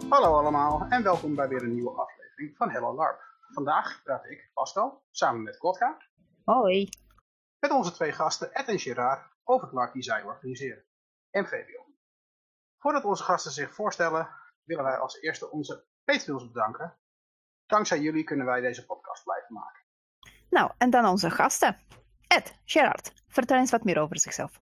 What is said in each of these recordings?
Hallo allemaal en welkom bij weer een nieuwe aflevering van Hello LARP. Vandaag praat ik, Pascal, samen met Kotka. Hoi. Met onze twee gasten Ed en Gerard over het LARP die zij organiseren. En Fabian. Voordat onze gasten zich voorstellen, willen wij als eerste onze Patreons bedanken. Dankzij jullie kunnen wij deze podcast blijven maken. Nou, en dan onze gasten. Ed, Gerard, vertel eens wat meer over zichzelf.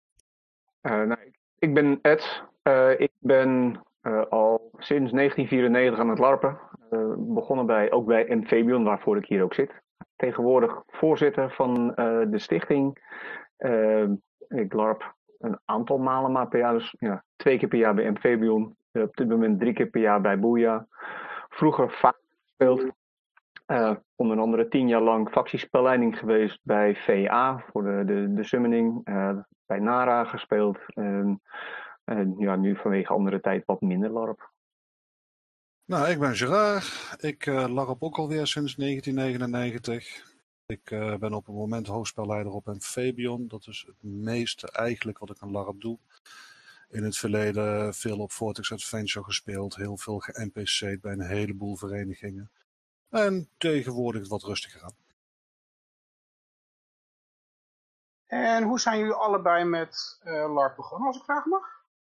Ik ben Ed. Ik ben al sinds 1994 aan het larpen. Begonnen ook bij Amphibion, waarvoor ik hier ook zit. Tegenwoordig voorzitter van de stichting. Ik larp een aantal malen maar per jaar. Dus 2 keer per jaar bij Amphibion. Op dit moment 3 keer per jaar bij Booyah. Vroeger vaak gespeeld. Onder andere 10 jaar lang factiespelleiding geweest bij VA voor de summoning. Bij Nara gespeeld. Nu vanwege andere tijd wat minder LARP. Nou, ik ben Gerard. Ik larp ook alweer sinds 1999. Ik ben op het moment hoofdspelleider op Amphibion. Dat is het meeste eigenlijk wat ik aan LARP doe. In het verleden veel op Vortex Adventure gespeeld. Heel veel ge-NPC'd bij een heleboel verenigingen. En tegenwoordig wat rustiger aan. En hoe zijn jullie allebei met LARP begonnen, als ik vragen mag?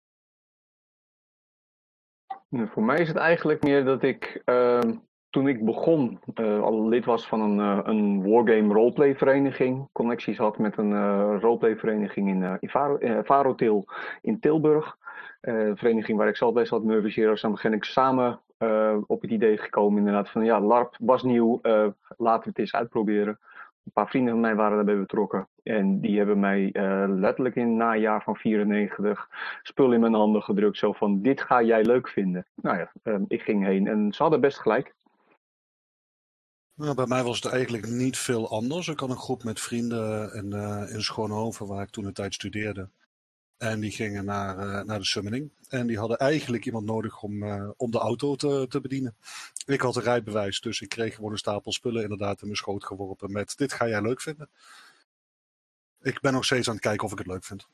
Voor mij is het eigenlijk meer dat ik toen ik begon al lid was van een wargame roleplay vereniging. Connecties had met een roleplay vereniging in Varotil in Tilburg. Een vereniging waar ik zelf bij zat, Mervis Heroes. Dan ben ik samen op het idee gekomen inderdaad van ja, LARP was nieuw, laten we het eens uitproberen. Een paar vrienden van mij waren daarbij betrokken. En die hebben mij letterlijk in het najaar van 94 spullen in mijn handen gedrukt. Zo van, dit ga jij leuk vinden. Nou ja, ik ging heen en ze hadden best gelijk. Nou, bij mij was het eigenlijk niet veel anders. Ik had een groep met vrienden in Schoonhoven, waar ik toen een tijd studeerde. En die gingen naar de summoning. En die hadden eigenlijk iemand nodig om de auto te bedienen. Ik had een rijbewijs, dus ik kreeg gewoon een stapel spullen inderdaad in mijn schoot geworpen met dit ga jij leuk vinden. Ik ben nog steeds aan het kijken of ik het leuk vind.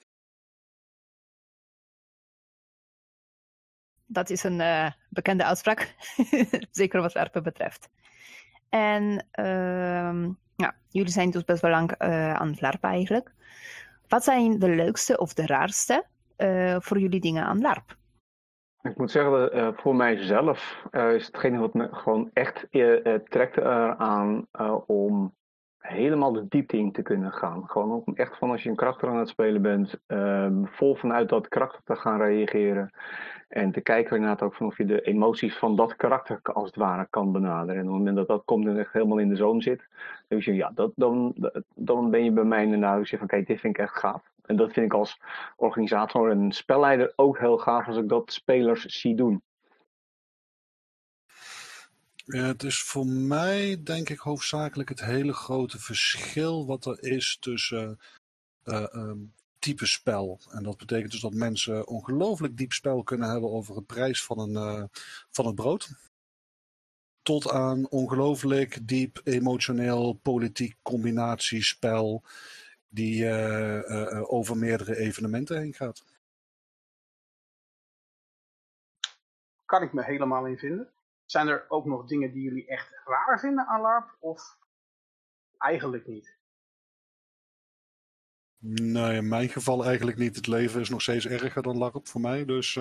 Dat is een bekende uitspraak, zeker wat LARPen betreft. En jullie zijn dus best wel lang aan het LARPen eigenlijk. Wat zijn de leukste of de raarste voor jullie dingen aan LARP? Ik moet zeggen, voor mijzelf is hetgene wat me gewoon echt trekt eraan om helemaal de diepte in te kunnen gaan. Gewoon om echt van als je een karakter aan het spelen bent, vol vanuit dat karakter te gaan reageren. En te kijken inderdaad ook van of je de emoties van dat karakter als het ware kan benaderen. En op het moment dat dat komt en echt helemaal in de zone zit, dan zeg je, ja, dan ben je bij mij inderdaad dus van kijk, dit vind ik echt gaaf. En dat vind ik als organisator en spelleider ook heel gaaf als ik dat spelers zie doen. Ja, het is voor mij denk ik hoofdzakelijk het hele grote verschil wat er is tussen type spel. En dat betekent dus dat mensen ongelooflijk diep spel kunnen hebben over het prijs van het brood. Tot aan ongelooflijk diep emotioneel politiek combinatiespel die over meerdere evenementen heen gaat. Kan ik me helemaal in vinden. Zijn er ook nog dingen die jullie echt raar vinden aan LARP? Of eigenlijk niet? Nee, in mijn geval eigenlijk niet. Het leven is nog steeds erger dan LARP voor mij. Dus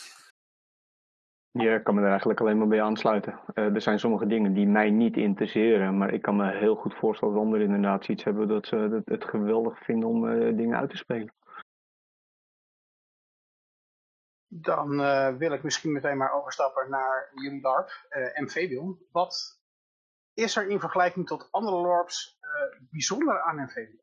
Ja, ik kan me er eigenlijk alleen maar bij aansluiten. Er zijn sommige dingen die mij niet interesseren, maar ik kan me heel goed voorstellen dat anderen inderdaad iets hebben dat ze het geweldig vinden om dingen uit te spelen. Dan wil ik misschien meteen maar overstappen naar jullie LARP, Amphibion. Wat is er in vergelijking tot andere LARPs bijzonder aan Amphibion?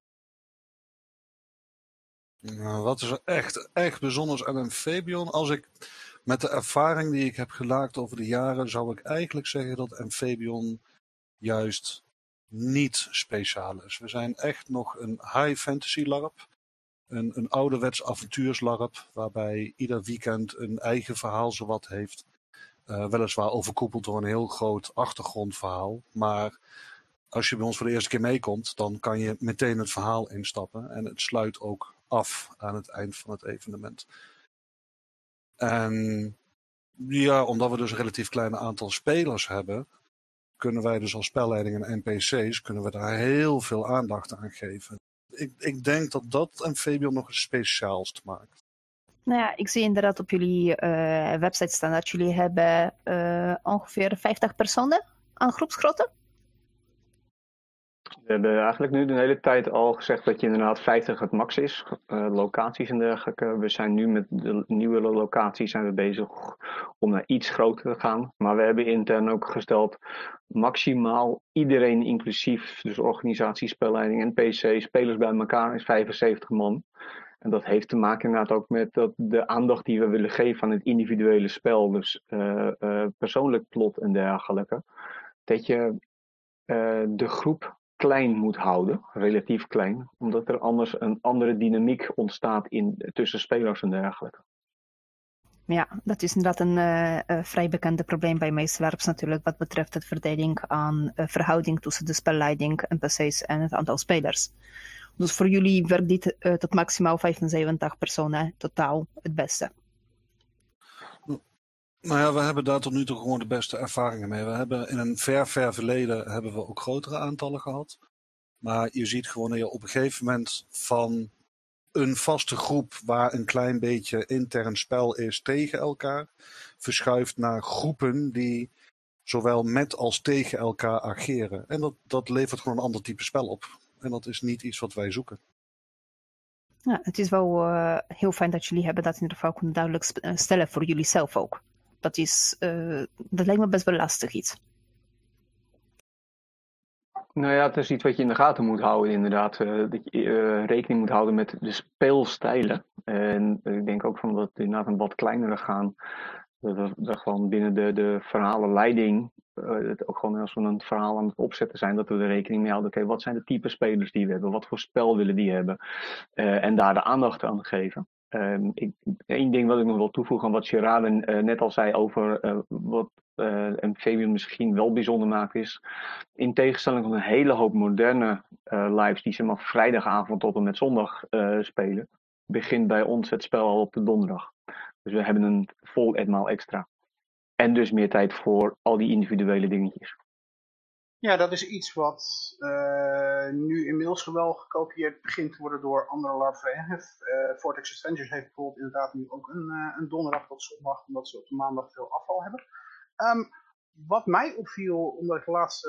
nou, wat is er echt bijzonders aan Amphibion? Als ik met de ervaring die ik heb gelaakt over de jaren, zou ik eigenlijk zeggen dat Amphibion juist niet speciaal is. We zijn echt nog een high fantasy LARP. Een ouderwets avontuurslarp, waarbij ieder weekend een eigen verhaal zowat heeft. Weliswaar overkoepeld door een heel groot achtergrondverhaal. Maar als je bij ons voor de eerste keer meekomt, dan kan je meteen het verhaal instappen. En het sluit ook af aan het eind van het evenement. En Ja, omdat we dus een relatief klein aantal spelers hebben, kunnen wij dus als spelleiding en NPC's kunnen we daar heel veel aandacht aan geven. Ik denk dat dat Amphibion nog het speciaalst maakt. Nou ja, ik zie inderdaad op jullie website staan dat jullie hebben ongeveer 50 personen aan groepsgrootte. We hebben eigenlijk nu de hele tijd al gezegd dat je inderdaad 50 het max is. Locaties en dergelijke. We zijn nu met de nieuwe locaties zijn we bezig om naar iets groter te gaan. Maar we hebben intern ook gesteld maximaal iedereen inclusief, dus organisatie, spelleiding en PC, spelers bij elkaar is 75 man. En dat heeft te maken inderdaad ook met dat de aandacht die we willen geven aan het individuele spel. Dus persoonlijk plot en dergelijke. Dat je de groep klein moet houden, relatief klein. Omdat er anders een andere dynamiek ontstaat tussen spelers en dergelijke. Ja, dat is inderdaad een vrij bekend probleem bij meeste LARPs natuurlijk, wat betreft het verdeling aan verhouding tussen de spelleiding, NPC's en het aantal spelers. Dus voor jullie werkt dit tot maximaal 75 personen totaal het beste. Nou ja, we hebben daar tot nu toe gewoon de beste ervaringen mee. We hebben in een ver verleden hebben we ook grotere aantallen gehad. Maar je ziet gewoon dat je op een gegeven moment van een vaste groep waar een klein beetje intern spel is tegen elkaar, verschuift naar groepen die zowel met als tegen elkaar ageren. En dat levert gewoon een ander type spel op. En dat is niet iets wat wij zoeken. Ja, het is wel heel fijn dat jullie hebben dat in ieder geval kunnen duidelijk stellen voor jullie zelf ook. Dat lijkt me best wel lastig iets. Nou ja, het is iets wat je in de gaten moet houden inderdaad. Dat je rekening moet houden met de speelstijlen. En ik denk ook van dat we inderdaad een wat kleinere gaan. Dat gewoon binnen de verhalenleiding, het ook gewoon als we een verhaal aan het opzetten zijn, dat we er rekening mee houden. Oké, wat zijn de type spelers die we hebben? Wat voor spel willen die hebben? En daar de aandacht aan geven. Eén ding wat ik nog wil toevoegen aan wat Gerard net al zei over wat Amphibion misschien wel bijzonder maakt is, in tegenstelling tot een hele hoop moderne lives die ze maar vrijdagavond tot en met zondag spelen, begint bij ons het spel al op de donderdag. Dus we hebben een vol etmaal extra. En dus meer tijd voor al die individuele dingetjes. Ja, dat is iets wat nu inmiddels wel gekopieerd begint te worden door andere LARP-verenigingen. Vortex Adventures heeft bijvoorbeeld inderdaad nu ook een donderdag tot zondag, omdat ze op de maandag veel afval hebben. Wat mij opviel, omdat ik de laatste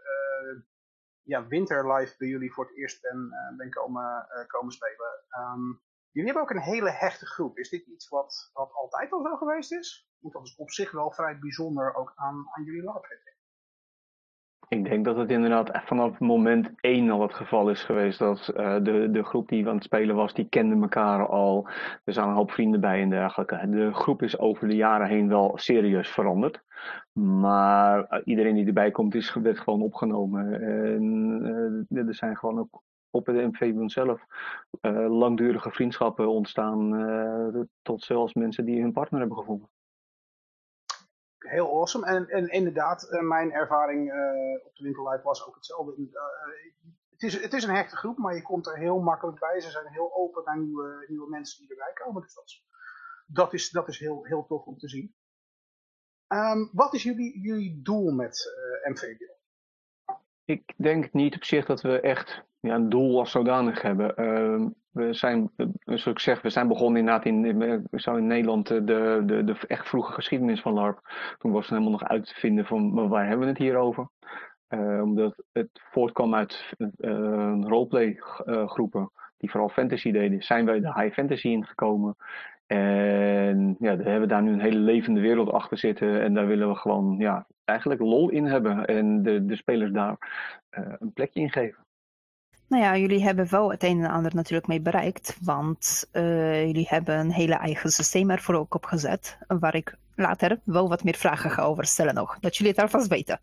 winter live bij jullie voor het eerst ben komen spelen. Jullie hebben ook een hele hechte groep. Is dit iets wat altijd al zo geweest is? Want dat is op zich wel vrij bijzonder ook aan jullie LARP. Ik denk dat het inderdaad vanaf moment 1 al het geval is geweest. Dat de groep die aan het spelen was, die kende elkaar al. Er zijn een hoop vrienden bij en dergelijke. De groep is over de jaren heen wel serieus veranderd. Maar iedereen die erbij komt, werd gewoon opgenomen. En er zijn gewoon ook op het Amphibion zelf langdurige vriendschappen ontstaan. Tot zelfs mensen die hun partner hebben gevonden. Heel awesome. En inderdaad, mijn ervaring op de winkellijf was ook hetzelfde. Het is een hechte groep, maar je komt er heel makkelijk bij. Ze zijn heel open naar nieuwe mensen die erbij komen. Dus dat is heel, heel tof om te zien. Wat is jullie doel met Amphibion? Ik denk niet op zich dat we echt een doel als zodanig hebben. We zijn, zoals ik zeg, we zijn begonnen inderdaad in Nederland de echt vroege geschiedenis van LARP. Toen was het helemaal nog uit te vinden van waar hebben we het hier over. Omdat het voortkwam uit roleplay groepen die vooral fantasy deden, zijn wij de high fantasy ingekomen. En ja, daar hebben we daar nu een hele levende wereld achter zitten. En daar willen we gewoon eigenlijk lol in hebben. En de spelers daar een plekje in geven. Nou ja, jullie hebben wel het een en ander natuurlijk mee bereikt. Want jullie hebben een hele eigen systeem ervoor ook opgezet. Waar ik later wel wat meer vragen ga over stellen nog. Dat jullie het alvast weten.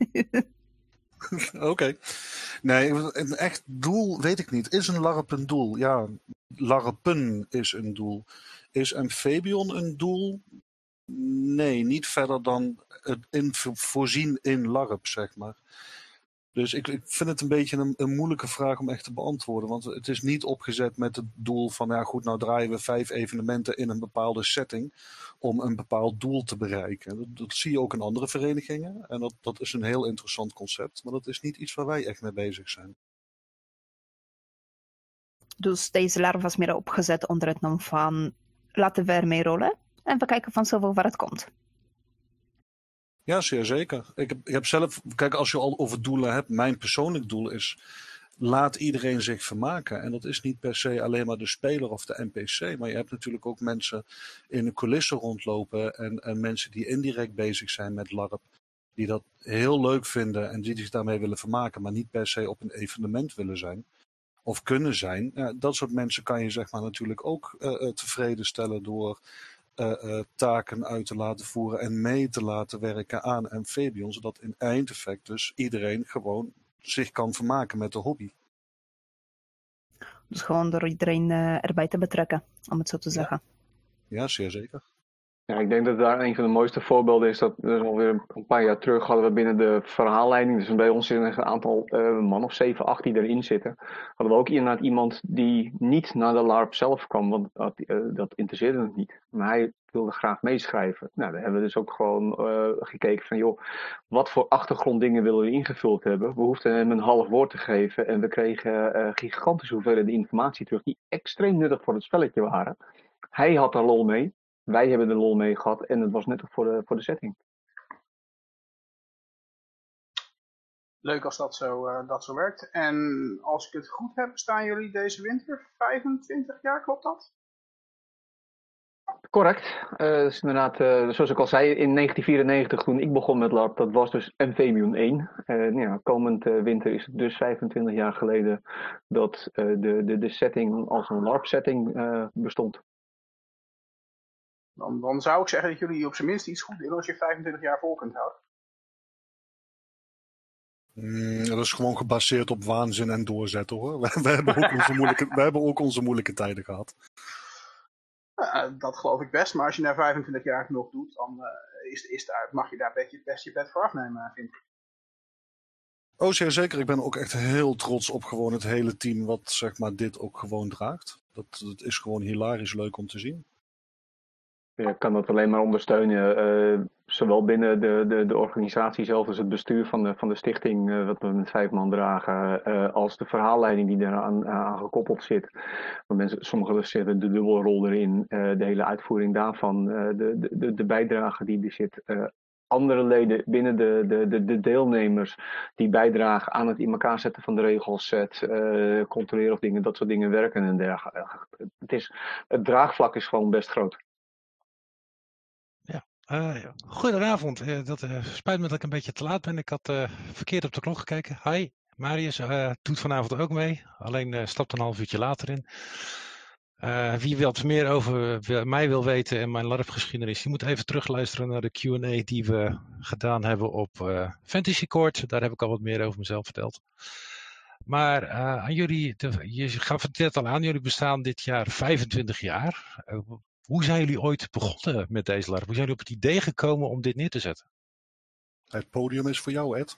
Oké. Nee, een echt doel weet ik niet. Is een LARP een doel? Ja, LARPen is een doel. Is Amphibion een doel? Nee, niet verder dan het voorzien in LARP, zeg maar. Dus ik vind het een beetje een moeilijke vraag om echt te beantwoorden. Want het is niet opgezet met het doel van, ja goed, nou draaien we 5 evenementen in een bepaalde setting om een bepaald doel te bereiken. Dat zie je ook in andere verenigingen. En dat is een heel interessant concept. Maar dat is niet iets waar wij echt mee bezig zijn. Dus deze LARP was meer opgezet onder het nom van laten we ermee rollen en we kijken vanzelf wel waar het komt. Ja, zeer zeker. Ik heb zelf, kijk, als je al over doelen hebt, mijn persoonlijk doel is, laat iedereen zich vermaken. En dat is niet per se alleen maar de speler of de NPC, maar je hebt natuurlijk ook mensen in de coulissen rondlopen en mensen die indirect bezig zijn met LARP, die dat heel leuk vinden en die zich daarmee willen vermaken, maar niet per se op een evenement willen zijn of kunnen zijn. Ja, dat soort mensen kan je zeg maar natuurlijk ook tevreden stellen door taken uit te laten voeren en mee te laten werken aan Amphibion, zodat in eindeffect dus iedereen gewoon zich kan vermaken met de hobby. Dus gewoon door iedereen erbij te betrekken, om het zo te zeggen. Ja, zeer zeker. Ja, ik denk dat daar een van de mooiste voorbeelden is. Dat dus alweer een paar jaar terug hadden we binnen de verhaalleiding, dus bij ons een aantal man of 7, 8 die erin zitten, hadden we ook inderdaad iemand die niet naar de LARP zelf kwam, want dat interesseerde hem niet. Maar hij wilde graag meeschrijven. Nou, daar hebben we dus ook gewoon gekeken van, joh, wat voor achtergronddingen willen we ingevuld hebben? We hoefden hem een half woord te geven en we kregen gigantische hoeveelheden informatie terug die extreem nuttig voor het spelletje waren. Hij had er lol mee. Wij hebben de lol mee gehad en het was nuttig voor de setting. Leuk als dat zo werkt. En als ik het goed heb, staan jullie deze winter 25 jaar, klopt dat? Correct. Dus inderdaad, zoals ik al zei, in 1994 toen ik begon met LARP, dat was dus Amphibion 1. Ja, komend winter is het dus 25 jaar geleden dat de setting als een LARP setting bestond. Dan zou ik zeggen dat jullie op zijn minst iets goed doen als je 25 jaar vol kunt houden. Dat is gewoon gebaseerd op waanzin en doorzetten hoor. We hebben ook onze moeilijke tijden gehad. Dat geloof ik best, maar als je na 25 jaar nog doet, dan mag je daar best je pet voor afnemen, vind ik. Oh, zeer zeker. Ik ben ook echt heel trots op gewoon het hele team wat zeg maar dit ook gewoon draagt. Dat is gewoon hilarisch leuk om te zien. Ja, ik kan dat alleen maar ondersteunen. Zowel binnen de organisatie zelf als het bestuur van de stichting, wat we met 5 man dragen, als de verhaalleiding die eraan gekoppeld zit. Sommigen zetten de dubbelrol erin, de hele uitvoering daarvan, de bijdrage die er zit. Andere leden binnen de deelnemers die bijdragen aan het in elkaar zetten van de regelset, controleren of dingen, dat soort dingen werken en dergelijke. Het draagvlak is gewoon best groot. Goedenavond. Dat spijt me dat ik een beetje te laat ben. Ik had verkeerd op de klok gekeken. Hi, Marius doet vanavond ook mee. Alleen stapt een half uurtje later in. Wie wat meer over mij wil weten en mijn LARP-geschiedenis, die moet even terugluisteren naar de Q&A die we gedaan hebben op Fantasy Court. Daar heb ik al wat meer over mezelf verteld. Maar aan jullie, je gaf het net al aan, jullie bestaan dit jaar 25 jaar. Hoe zijn jullie ooit begonnen met deze LARP? Hoe zijn jullie op het idee gekomen om dit neer te zetten? Het podium is voor jou, Ed.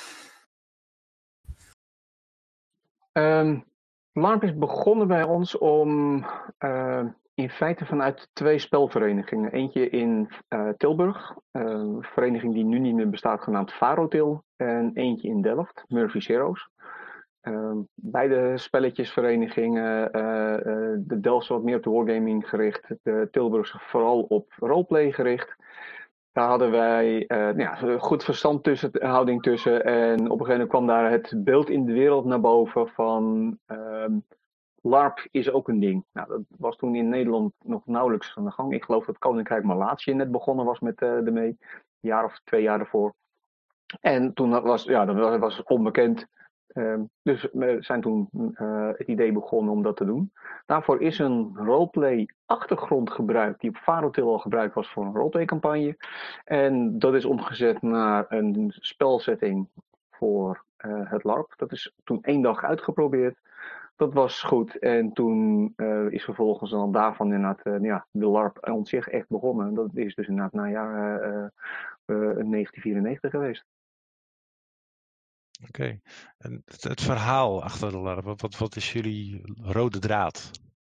LARP is begonnen bij ons om in feite vanuit 2 spelverenigingen. Eentje in Tilburg, een vereniging die nu niet meer bestaat, genaamd Varotil. En eentje in Delft, Murphy's Heroes. Beide spelletjesverenigingen, de Delftse wat meer op de wargaming gericht, de Tilburgse vooral op roleplay gericht. Daar hadden wij goed verstandhouding tussen en op een gegeven moment kwam daar het beeld in de wereld naar boven van LARP is ook een ding. Nou, dat was toen in Nederland nog nauwelijks aan de gang. Ik geloof dat Koninkrijk Malaysië net begonnen was met ermee, een jaar of 2 jaar ervoor. En toen dat was onbekend. Dus we zijn toen het idee begonnen om dat te doen. Daarvoor is een roleplay achtergrond gebruikt die op Varotil al gebruikt was voor een roleplay campagne. En dat is omgezet naar een spelsetting voor het LARP. Dat is toen 1 dag uitgeprobeerd. Dat was goed en toen is vervolgens dan daarvan inderdaad de LARP aan zich echt begonnen. Dat is dus inderdaad najaar 1994 geweest. Oké. En het verhaal achter de LARP, wat is jullie rode draad?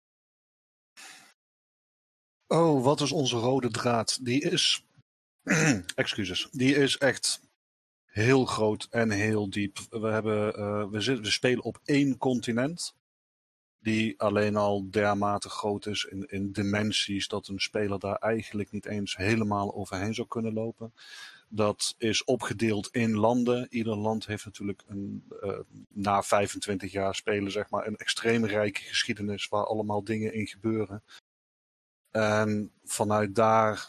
Oh, wat is onze rode draad? Die is... excuses. Die is echt heel groot en heel diep. We spelen op 1 continent. Die alleen al dermate groot is in dimensies dat een speler daar eigenlijk niet eens helemaal overheen zou kunnen lopen. Dat is opgedeeld in landen. Ieder land heeft natuurlijk na 25 jaar spelen zeg maar een extreem rijke geschiedenis waar allemaal dingen in gebeuren. En vanuit daar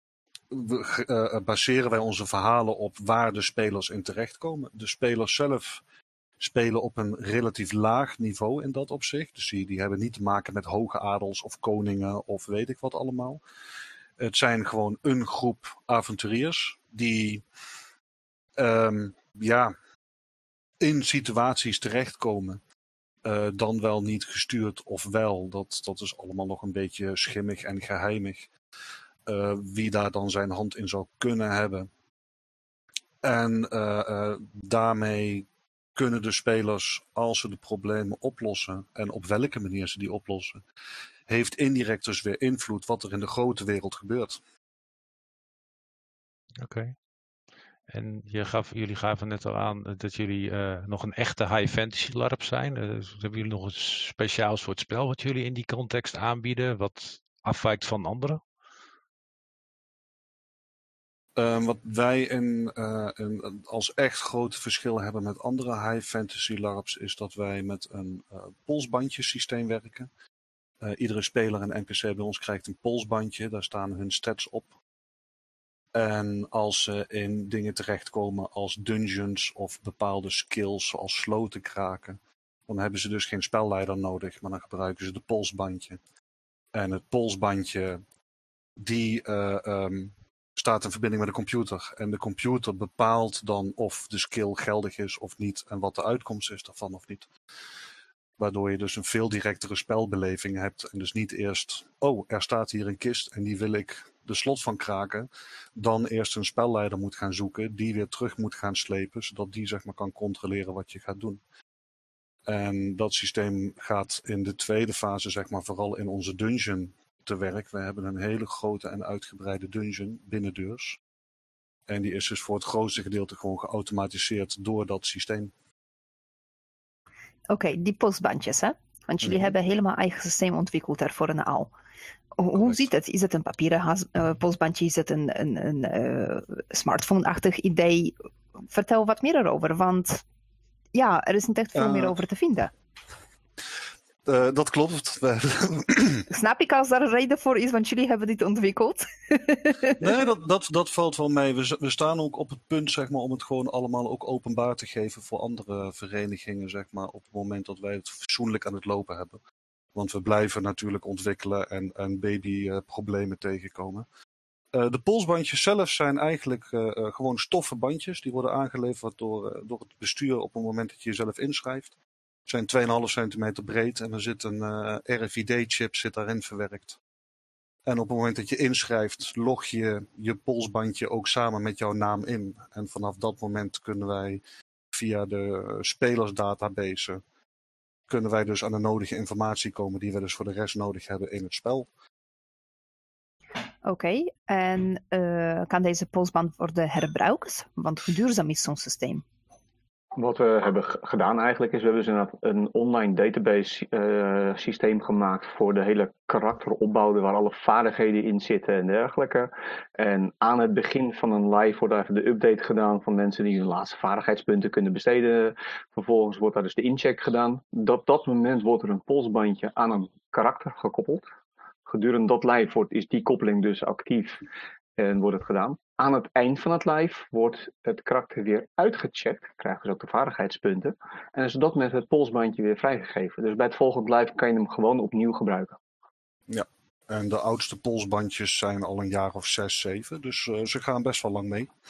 baseren wij onze verhalen op waar de spelers in terechtkomen. De spelers zelf spelen op een relatief laag niveau in dat opzicht. Dus die hebben niet te maken met hoge adels of koningen of weet ik wat allemaal. Het zijn gewoon een groep avonturiers die in situaties terechtkomen. Dan wel niet gestuurd of wel. Dat is allemaal nog een beetje schimmig en geheimig. Wie daar dan zijn hand in zou kunnen hebben. En daarmee kunnen de spelers, als ze de problemen oplossen en op welke manier ze die oplossen, heeft indirect dus weer invloed wat er in de grote wereld gebeurt. Oké. En jullie gaven net al aan dat jullie nog een echte high fantasy LARP zijn. Hebben jullie nog een speciaal soort spel wat jullie in die context aanbieden, wat afwijkt van anderen? Wat wij als echt groot verschil hebben met andere high fantasy LARPs is dat wij met een polsbandjesysteem werken. Iedere speler en NPC bij ons krijgt een polsbandje, daar staan hun stats op. En als ze in dingen terechtkomen als dungeons of bepaalde skills zoals sloten kraken, dan hebben ze dus geen spelleider nodig, maar dan gebruiken ze de polsbandje. En het polsbandje, die staat in verbinding met de computer. En de computer bepaalt dan of de skill geldig is of niet en wat de uitkomst is daarvan of niet. Waardoor je dus een veel directere spelbeleving hebt. En dus niet eerst, er staat hier een kist en die wil ik de slot van kraken. Dan eerst een spelleider moet gaan zoeken, die weer terug moet gaan slepen, zodat die zeg maar kan controleren wat je gaat doen. En dat systeem gaat in de tweede fase zeg maar vooral in onze dungeon te werk. We hebben een hele grote en uitgebreide dungeon binnendeurs. En die is dus voor het grootste gedeelte gewoon geautomatiseerd door dat systeem. Oké, die postbandjes, hè? Want jullie hebben helemaal eigen systeem ontwikkeld daarvoor en al. Hoe ziet het? Is het een papieren postbandje? Is het een smartphone-achtig idee? Vertel wat meer erover, want ja, er is niet echt veel meer over te vinden. Dat klopt. Snap ik als daar een reden voor is, want jullie hebben dit ontwikkeld. Nee, dat valt wel mee. We staan ook op het punt zeg maar, om het gewoon allemaal ook openbaar te geven voor andere verenigingen, zeg maar, op het moment dat wij het fatsoenlijk aan het lopen hebben. Want we blijven natuurlijk ontwikkelen en babyproblemen tegenkomen. De polsbandjes zelf zijn eigenlijk gewoon stoffen bandjes. Die worden aangeleverd door het bestuur op het moment dat je jezelf inschrijft. Zijn 2,5 centimeter breed en er zit een RFID-chip zit daarin verwerkt. En op het moment dat je inschrijft, log je je polsbandje ook samen met jouw naam in. En vanaf dat moment kunnen wij via de spelersdatabase kunnen wij dus aan de nodige informatie komen die we dus voor de rest nodig hebben in het spel. Oké, en kan deze polsband worden herbruikt? Want hoe duurzaam is zo'n systeem? Wat we hebben gedaan eigenlijk is, we hebben dus een online database systeem gemaakt voor de hele karakteropbouw, waar alle vaardigheden in zitten en dergelijke. En aan het begin van een live wordt even de update gedaan van mensen die hun laatste vaardigheidspunten kunnen besteden. Vervolgens wordt daar dus de incheck gedaan. Op dat moment wordt er een polsbandje aan een karakter gekoppeld. Gedurende dat live is die koppeling dus actief en wordt het gedaan. Aan het eind van het live wordt het karakter weer uitgecheckt. Krijgen ze ook de vaardigheidspunten. En is dat met het polsbandje weer vrijgegeven. Dus bij het volgende live kan je hem gewoon opnieuw gebruiken. Ja, en de oudste polsbandjes zijn al een jaar of 6, 7. Dus ze gaan best wel lang mee.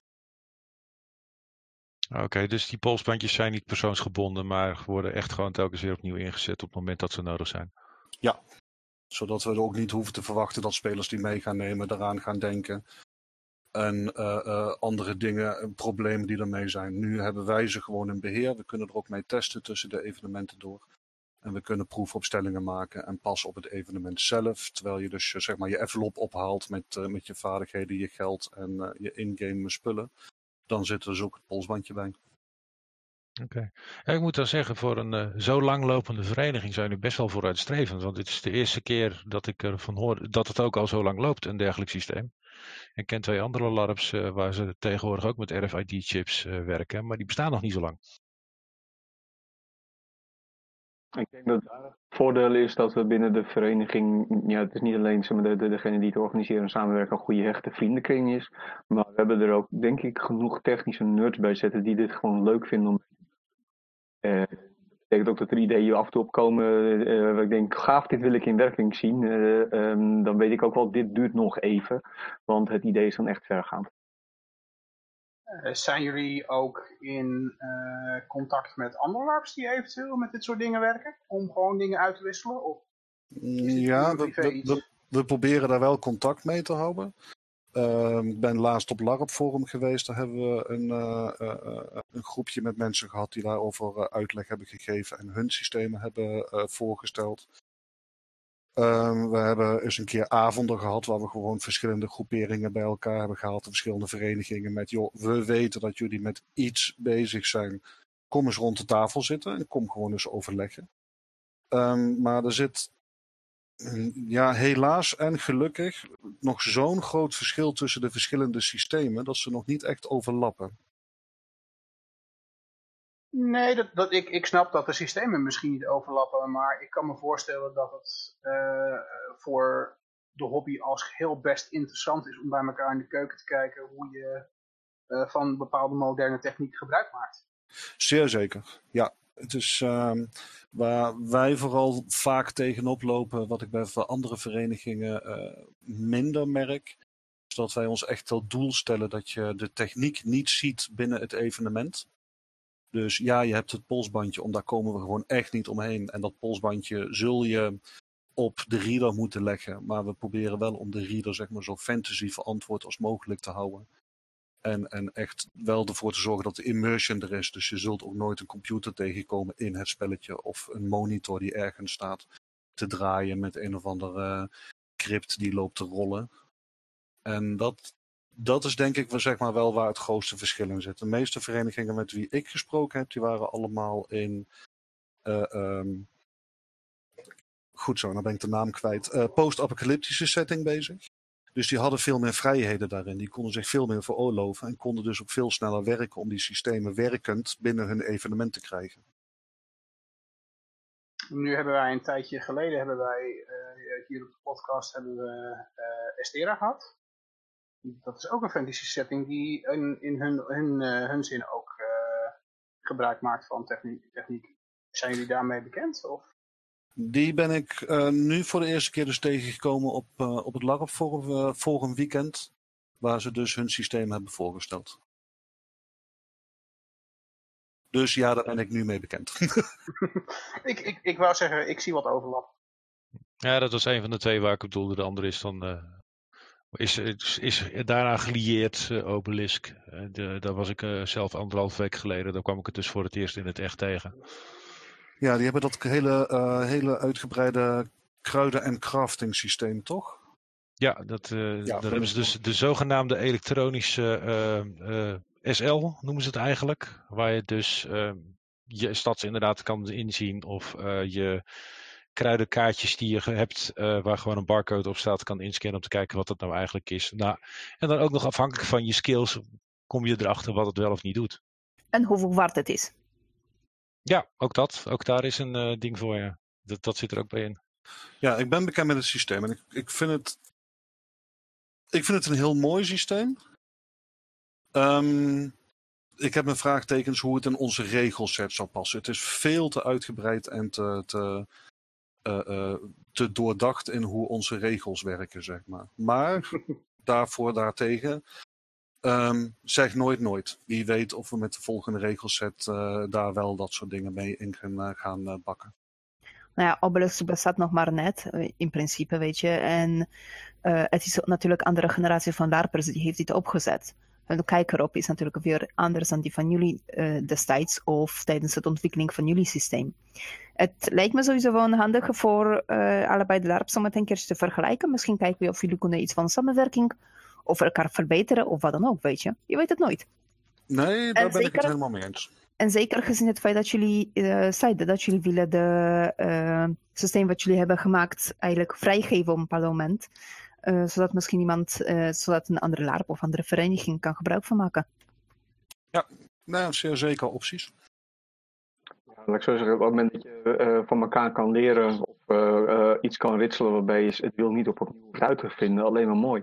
Oké, dus die polsbandjes zijn niet persoonsgebonden, maar worden echt gewoon telkens weer opnieuw ingezet op het moment dat ze nodig zijn. Ja, zodat we er ook niet hoeven te verwachten dat spelers die mee gaan nemen daaraan gaan denken. en andere dingen en problemen die ermee zijn. Nu hebben wij ze gewoon in beheer. We kunnen er ook mee testen tussen de evenementen door. En we kunnen proefopstellingen maken en passen op het evenement zelf. Terwijl je dus zeg maar je envelop ophaalt met je vaardigheden, je geld en je in-game spullen. Dan zit er dus ook het polsbandje bij. Oké. Ja, ik moet wel zeggen, voor een zo langlopende vereniging zijn jullie best wel vooruitstrevend. Want dit is de eerste keer dat ik ervan hoor dat het ook al zo lang loopt, een dergelijk systeem. Ik ken 2 andere LARPs waar ze tegenwoordig ook met RFID-chips werken, maar die bestaan nog niet zo lang. Ik denk dat het voordeel is dat we binnen de vereniging, ja, het is niet alleen zeg maar, degene die het organiseren en samenwerken een goede hechte vriendenkring is, maar we hebben er ook denk ik genoeg technische nerds bij zitten die dit gewoon leuk vinden om dat betekent ook dat er ideeën af en toe opkomen waar ik denk, gaaf, dit wil ik in werking zien. Dan weet ik ook wel, dit duurt nog even, want het idee is dan echt vergaand. Zijn jullie ook in contact met andere LARPs die eventueel met dit soort dingen werken? Om gewoon dingen uit te wisselen? Of Ja, we proberen daar wel contact mee te houden. Ik ben laatst op LARP Forum geweest. Daar hebben we een groepje met mensen gehad die daarover uitleg hebben gegeven en hun systemen hebben voorgesteld. We hebben eens een keer avonden gehad waar we gewoon verschillende groeperingen bij elkaar hebben gehaald. Verschillende verenigingen met, joh, we weten dat jullie met iets bezig zijn. Kom eens rond de tafel zitten en kom gewoon eens overleggen. Maar er zit, ja, helaas en gelukkig nog zo'n groot verschil tussen de verschillende systemen dat ze nog niet echt overlappen. Nee, ik snap dat de systemen misschien niet overlappen, maar ik kan me voorstellen dat het voor de hobby als geheel best interessant is om bij elkaar in de keuken te kijken hoe je van bepaalde moderne techniek gebruik maakt. Zeer zeker, ja. Het is waar wij vooral vaak tegenop lopen, wat ik bij andere verenigingen minder merk, is dat wij ons echt tot doel stellen dat je de techniek niet ziet binnen het evenement. Dus ja, je hebt het polsbandje, daar komen we gewoon echt niet omheen. En dat polsbandje zul je op de reader moeten leggen, maar we proberen wel om de reader zeg maar zo fantasy verantwoord als mogelijk te houden. En echt wel ervoor te zorgen dat de immersion er is. Dus je zult ook nooit een computer tegenkomen in het spelletje. Of een monitor die ergens staat te draaien met een of andere crypt die loopt te rollen. En dat is denk ik zeg maar wel waar het grootste verschil in zit. De meeste verenigingen met wie ik gesproken heb, die waren allemaal in... goed zo, dan ben ik de naam kwijt. Post-apocalyptische setting bezig. Dus die hadden veel meer vrijheden daarin. Die konden zich veel meer veroorloven en konden dus ook veel sneller werken om die systemen werkend binnen hun evenement te krijgen. Nu hebben wij een tijdje geleden, hier op de podcast, hebben we Estera gehad. Dat is ook een fantasy setting die in hun zin ook gebruik maakt van techniek. Zijn jullie daarmee bekend? Of? Die ben ik nu voor de eerste keer dus tegengekomen op het LARP Forum weekend. Waar ze dus hun systeem hebben voorgesteld. Dus ja, daar ben ik nu mee bekend. ik wou zeggen, ik zie wat overlap. Ja, dat was een van de 2 waar ik op doelde. De andere is dan... is daaraan gelieerd, Obelisk. Daar was ik zelf 1,5 week geleden. Daar kwam ik het dus voor het eerst in het echt tegen. Ja, die hebben dat hele uitgebreide kruiden- en crafting systeem, toch? Ja, daar hebben ze dus de zogenaamde elektronische SL, noemen ze het eigenlijk. Waar je dus je stads inderdaad kan inzien of je kruidenkaartjes die je hebt, waar gewoon een barcode op staat, kan inscannen om te kijken wat dat nou eigenlijk is. Nou, en dan ook nog afhankelijk van je skills kom je erachter wat het wel of niet doet. En hoeveel waard het is. Ja, ook dat. Ook daar is een ding voor je. Dat zit er ook bij in. Ja, ik ben bekend met het systeem en ik vind het een heel mooi systeem. Ik heb mijn vraagtekens hoe het in onze regelset zou passen. Het is veel te uitgebreid en te doordacht in hoe onze regels werken, zeg maar. Maar daartegen, zeg nooit. Wie weet of we met de volgende regelset daar wel dat soort dingen mee in gaan bakken. Nou ja, Obelix bestaat nog maar net, in principe, weet je. En het is natuurlijk een andere generatie van LARPers die heeft dit opgezet. En de kijk erop is natuurlijk weer anders dan die van jullie destijds of tijdens de ontwikkeling van jullie systeem. Het lijkt me sowieso wel handig voor allebei de LARPs om het een keertje te vergelijken. Misschien kijken we of jullie kunnen iets van samenwerking of elkaar verbeteren of wat dan ook, weet je. Je weet het nooit. Nee, daar ben ik het helemaal mee eens. En zeker gezien het feit dat jullie zeiden dat jullie willen de systeem wat jullie hebben gemaakt eigenlijk vrijgeven op een bepaald moment. Zodat misschien iemand, zodat een andere LARP of andere vereniging kan gebruik van maken. Ja, nou, zeer zeker opties. Ja, laat ik zo zeggen, op het moment dat je van elkaar kan leren of iets kan ritselen waarbij je het wil niet opnieuw uit te vinden, alleen maar mooi.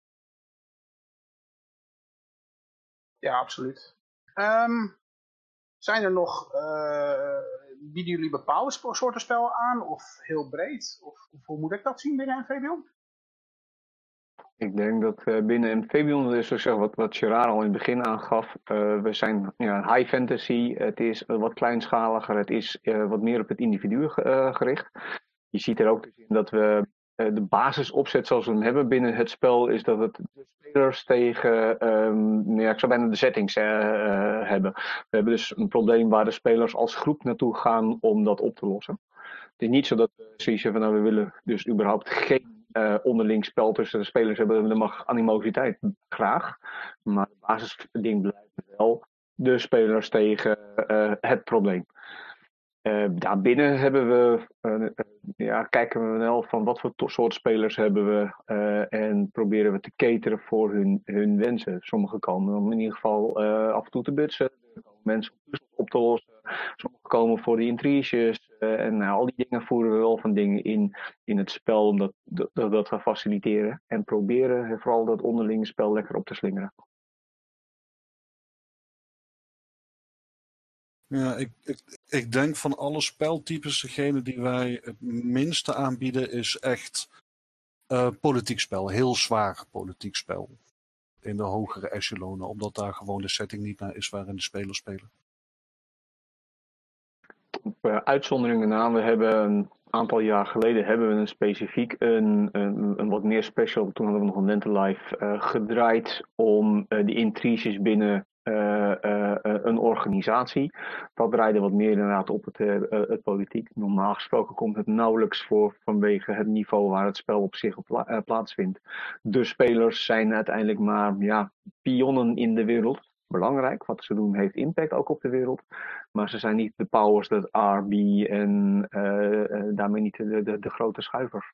Ja, absoluut. Zijn er nog, bieden jullie bepaalde soorten spel aan of heel breed? Of hoe moet ik dat zien binnen Amphibion? Ik denk dat binnen Amphibion, dus wat Gerard al in het begin aangaf, we zijn high fantasy, het is wat kleinschaliger, het is wat meer op het individu gericht. Je ziet er ook dus in dat we de basisopzet zoals we hem hebben binnen het spel is dat het de spelers tegen, ik zou bijna de settings hebben. We hebben dus een probleem waar de spelers als groep naartoe gaan om dat op te lossen. Het is niet zo dat we zoiets hebben van we willen dus überhaupt geen onderling spel tussen de spelers hebben. Er mag animositeit graag, maar het basisding blijft wel de spelers tegen het probleem. Daarbinnen hebben we, kijken we wel van wat voor soort spelers hebben we en proberen we te cateren voor hun wensen. Sommigen komen om in ieder geval af en toe te butsen, er komen mensen om puzzels op te lossen, sommigen komen voor de intriges en al die dingen voeren we wel van dingen in het spel om dat te faciliteren en proberen vooral dat onderlinge spel lekker op te slingeren. Ja, ik denk van alle speltypes, degene die wij het minste aanbieden, is echt politiek spel. Heel zwaar politiek spel. In de hogere echelonen, omdat daar gewoon de setting niet naar is waarin de spelers spelen. Op uitzonderingen na, we hebben een aantal jaar geleden hebben we een specifiek een wat meer special, toen hadden we nog een Lentelife gedraaid om de intriges binnen een organisatie. Dat draaide wat meer inderdaad op het politiek. Normaal gesproken komt het nauwelijks voor vanwege het niveau waar het spel op zich op plaatsvindt. De spelers zijn uiteindelijk maar pionnen in de wereld. Belangrijk, wat ze doen heeft impact ook op de wereld. Maar ze zijn niet de powers that are be en daarmee niet de grote schuivers.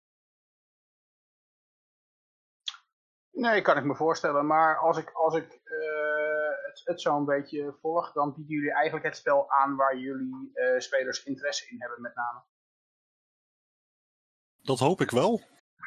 Nee, kan ik me voorstellen. Maar als ik het zo een beetje volg, dan bieden jullie eigenlijk het spel aan waar jullie spelers interesse in hebben met name. Dat hoop ik wel.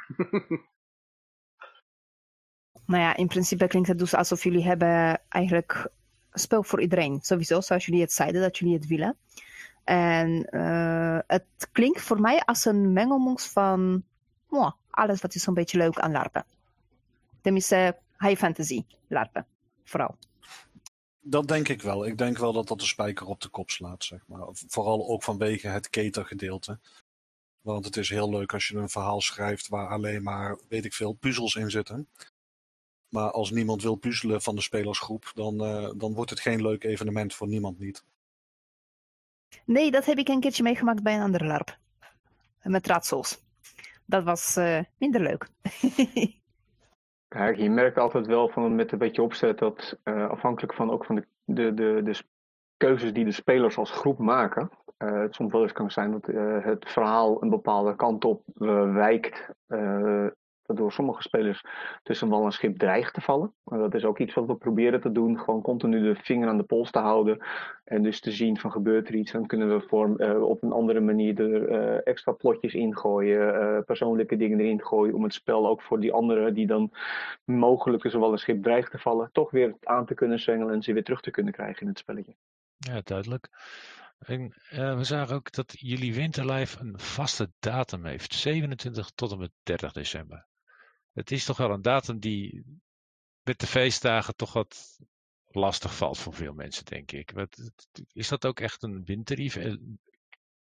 Nou ja, in principe klinkt het dus alsof jullie hebben eigenlijk spel voor iedereen. Sowieso, zoals jullie het zeiden, dat jullie het willen. En het klinkt voor mij als een mengelmoes van alles wat is zo'n beetje leuk aan LARPen. Tenminste, high fantasy LARPen, vooral. Dat denk ik wel. Ik denk wel dat dat de spijker op de kop slaat, zeg maar. Vooral ook vanwege het catergedeelte. Want het is heel leuk als je een verhaal schrijft waar alleen maar, weet ik veel, puzzels in zitten. Maar als niemand wil puzzelen van de spelersgroep, dan wordt het geen leuk evenement voor niemand niet. Nee, dat heb ik een keertje meegemaakt bij een andere LARP. Met raadsels. Dat was minder leuk. Kijk, je merkt altijd wel van met een beetje opzet dat afhankelijk van ook van de keuzes die de spelers als groep maken. Het soms wel eens kan zijn dat het verhaal een bepaalde kant op wijkt. Waardoor sommige spelers tussen wal en schip dreigen te vallen. Dat is ook iets wat we proberen te doen. Gewoon continu de vinger aan de pols te houden. En dus te zien van gebeurt er iets. Dan kunnen we op een andere manier er extra plotjes ingooien. Persoonlijke dingen erin gooien. Om het spel ook voor die anderen die dan mogelijk tussen wal en schip dreigen te vallen. Toch weer aan te kunnen zwengelen en ze weer terug te kunnen krijgen in het spelletje. Ja, duidelijk. En we zagen ook dat jullie Winterlife een vaste datum heeft. 27 tot en met 30 december. Het is toch wel een datum die met de feestdagen toch wat lastig valt voor veel mensen, denk ik. Is dat ook echt een winter-event?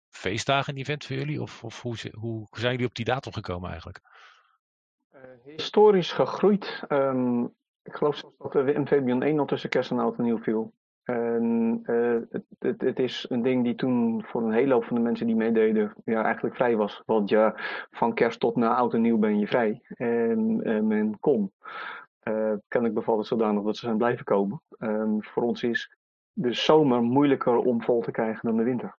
feestdagen een event voor jullie? Of hoe zijn jullie op die datum gekomen eigenlijk? Historisch gegroeid. Ik geloof zelfs dat de Amphibian 1 al tussen kerst en oud en nieuw viel. En het is een ding die toen voor een hele hoop van de mensen die meededen eigenlijk vrij was. Want ja, van kerst tot na oud en nieuw ben je vrij. En men kon. Kennelijk bevalt het zodanig dat ze zijn blijven komen. Voor ons is de zomer moeilijker om vol te krijgen dan de winter.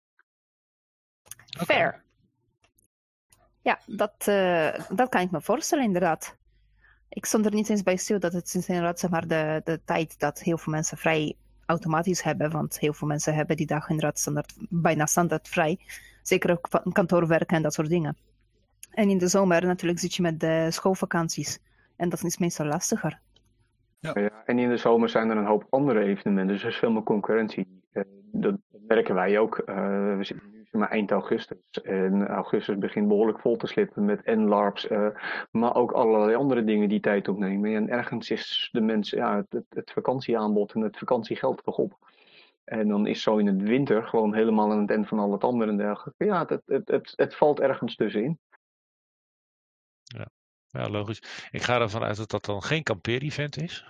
Fair. Ja, dat kan ik me voorstellen inderdaad. Ik stond er niet eens bij stil dat het is inderdaad zeg maar de tijd dat heel veel mensen vrij automatisch hebben. Want heel veel mensen hebben die dag inderdaad bijna standaard vrij. Zeker ook kantoorwerk en dat soort dingen. En in de zomer natuurlijk zit je met de schoolvakanties. En dat is meestal lastiger. Ja, en in de zomer zijn er een hoop andere evenementen, dus er is veel meer concurrentie. Dat merken wij ook. We zitten nu maar eind augustus. En augustus begint behoorlijk vol te slippen met LARPs, maar ook allerlei andere dingen die tijd opnemen. En ergens is de mensen, het vakantieaanbod en het vakantiegeld toch op. En dan is zo in het winter gewoon helemaal aan het eind van al het andere en dergelijke. Ja, het valt ergens tussenin. Ja, logisch. Ik ga ervan uit dat dat dan geen kampeer-event is.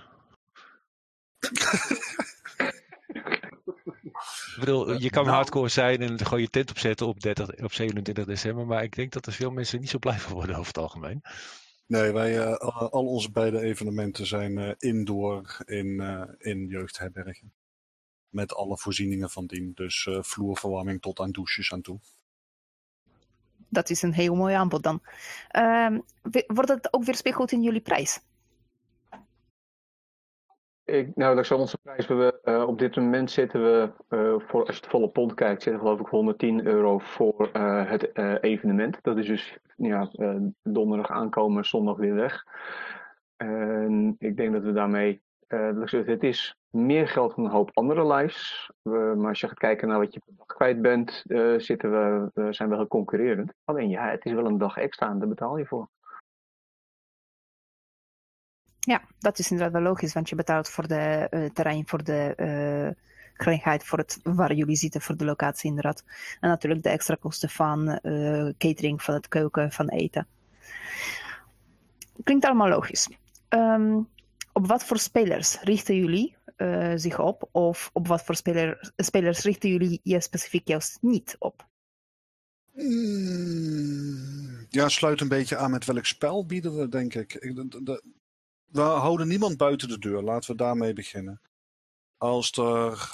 Ik bedoel, je kan hardcore zijn en gewoon je tent opzetten op 27 december. Maar ik denk dat er veel mensen niet zo blij van worden over het algemeen. Nee, wij, al onze beide evenementen zijn indoor in jeugdherbergen. Met alle voorzieningen van dien. Dus vloerverwarming tot aan douches aan toe. Dat is een heel mooi aanbod dan. Wordt het ook weerspiegeld in jullie prijs? Dat is onze prijs. Op dit moment zitten we, voor, als je het volle pond kijkt, zitten we geloof ik €110 voor het evenement. Dat is dus donderdag aankomen, zondag weer weg. En ik denk dat we daarmee, het is meer geld dan een hoop andere lives. Maar als je gaat kijken naar wat je per dag kwijt bent, zijn we heel concurrerend. Alleen ja, het is wel een dag extra en daar betaal je voor. Ja, dat is inderdaad wel logisch, want je betaalt voor de terrein, voor de gelegenheid, voor het waar jullie zitten, voor de locatie inderdaad. En natuurlijk de extra kosten van catering, van het koken, van eten. Klinkt allemaal logisch. Op wat voor spelers richten jullie zich op? Of op wat voor spelers richten jullie je specifiek juist niet op? Ja, sluit een beetje aan met welk spel bieden we, denk ik. We houden niemand buiten de deur. Laten we daarmee beginnen. Als er...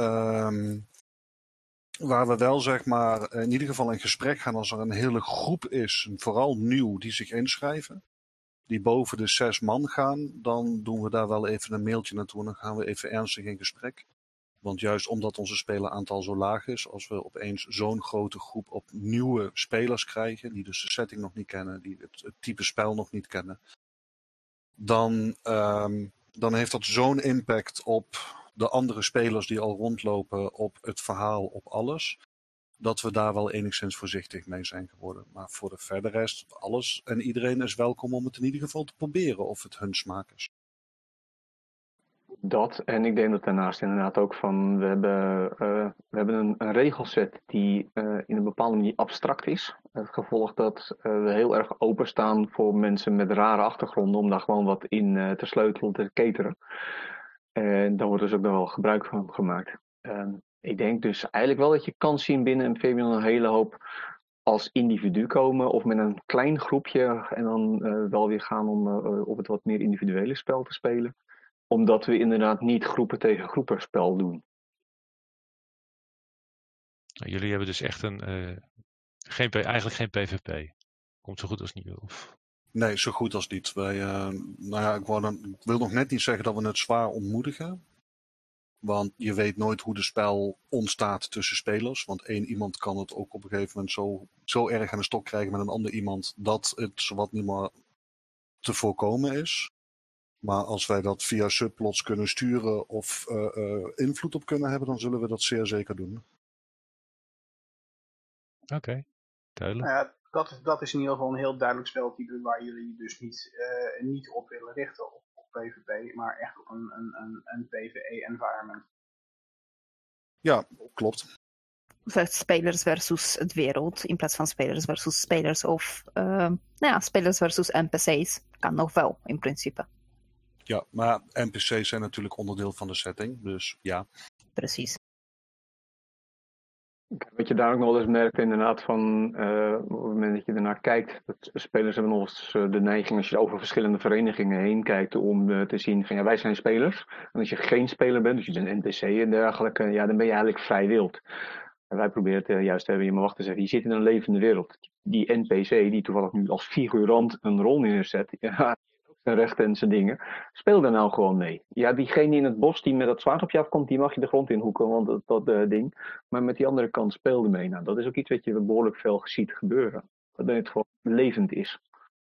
waar we wel zeg maar in ieder geval in gesprek gaan als er een hele groep is, vooral nieuw, die zich inschrijven, die boven de 6 man gaan, dan doen we daar wel even een mailtje naartoe en dan gaan we even ernstig in gesprek. Want juist omdat onze speleraantal zo laag is, als we opeens zo'n grote groep op nieuwe spelers krijgen, die dus de setting nog niet kennen, die het type spel nog niet kennen, dan heeft dat zo'n impact op de andere spelers die al rondlopen, op het verhaal, op alles, dat we daar wel enigszins voorzichtig mee zijn geworden. Maar voor de verder rest, alles en iedereen is welkom om het in ieder geval te proberen of het hun smaak is. Dat, en ik denk dat daarnaast inderdaad ook van, we hebben een regelset die in een bepaalde manier abstract is. Het gevolg dat we heel erg openstaan voor mensen met rare achtergronden om daar gewoon wat in te sleutelen, te cateren. En daar wordt dus ook nog wel gebruik van gemaakt. Ik denk dus eigenlijk wel dat je kan zien binnen Amphibian een hele hoop als individu komen of met een klein groepje en dan wel weer gaan om op het wat meer individuele spel te spelen. Omdat we inderdaad niet groepen tegen groepen spel doen. Jullie hebben dus echt eigenlijk geen PvP. Komt zo goed als niet. Of... Nee, zo goed als niet. Wij, ik wil nog net niet zeggen dat we het zwaar ontmoedigen. Want je weet nooit hoe de spel ontstaat tussen spelers. Want één iemand kan het ook op een gegeven moment zo erg aan de stok krijgen met een ander iemand dat het zowat niet meer te voorkomen is. Maar als wij dat via subplots kunnen sturen of invloed op kunnen hebben, dan zullen we dat zeer zeker doen. Oké, duidelijk. Nou ja, dat is in ieder geval een heel duidelijk speltype waar jullie dus niet op willen richten op PvP, maar echt op een PvE-environment. Ja, klopt. spelers versus het wereld, in plaats van spelers versus spelers of spelers versus NPC's. Kan nog wel, in principe. Ja, maar NPC's zijn natuurlijk onderdeel van de setting, dus ja. Precies. Wat je daar ook nog wel eens merkt, inderdaad, van op het moment dat je ernaar kijkt, dat spelers hebben nog eens de neiging, als je over verschillende verenigingen heen kijkt, om te zien van ja, wij zijn spelers. En als je geen speler bent, dus je bent NPC en dergelijke, ja, dan ben je eigenlijk vrij wild. En wij proberen het juist te hebben, maar wacht eens even, je zit in een levende wereld. Die NPC, die toevallig nu als figurant een rol neerzet, ja, zijn rechten en zijn dingen. Speel daar nou gewoon mee. Ja, diegene in het bos die met dat zwaard op je afkomt, die mag je de grond inhoeken, want dat ding. Maar met die andere kant speelde mee. Nou, dat is ook iets wat je behoorlijk veel ziet gebeuren. Dat het gewoon levend is.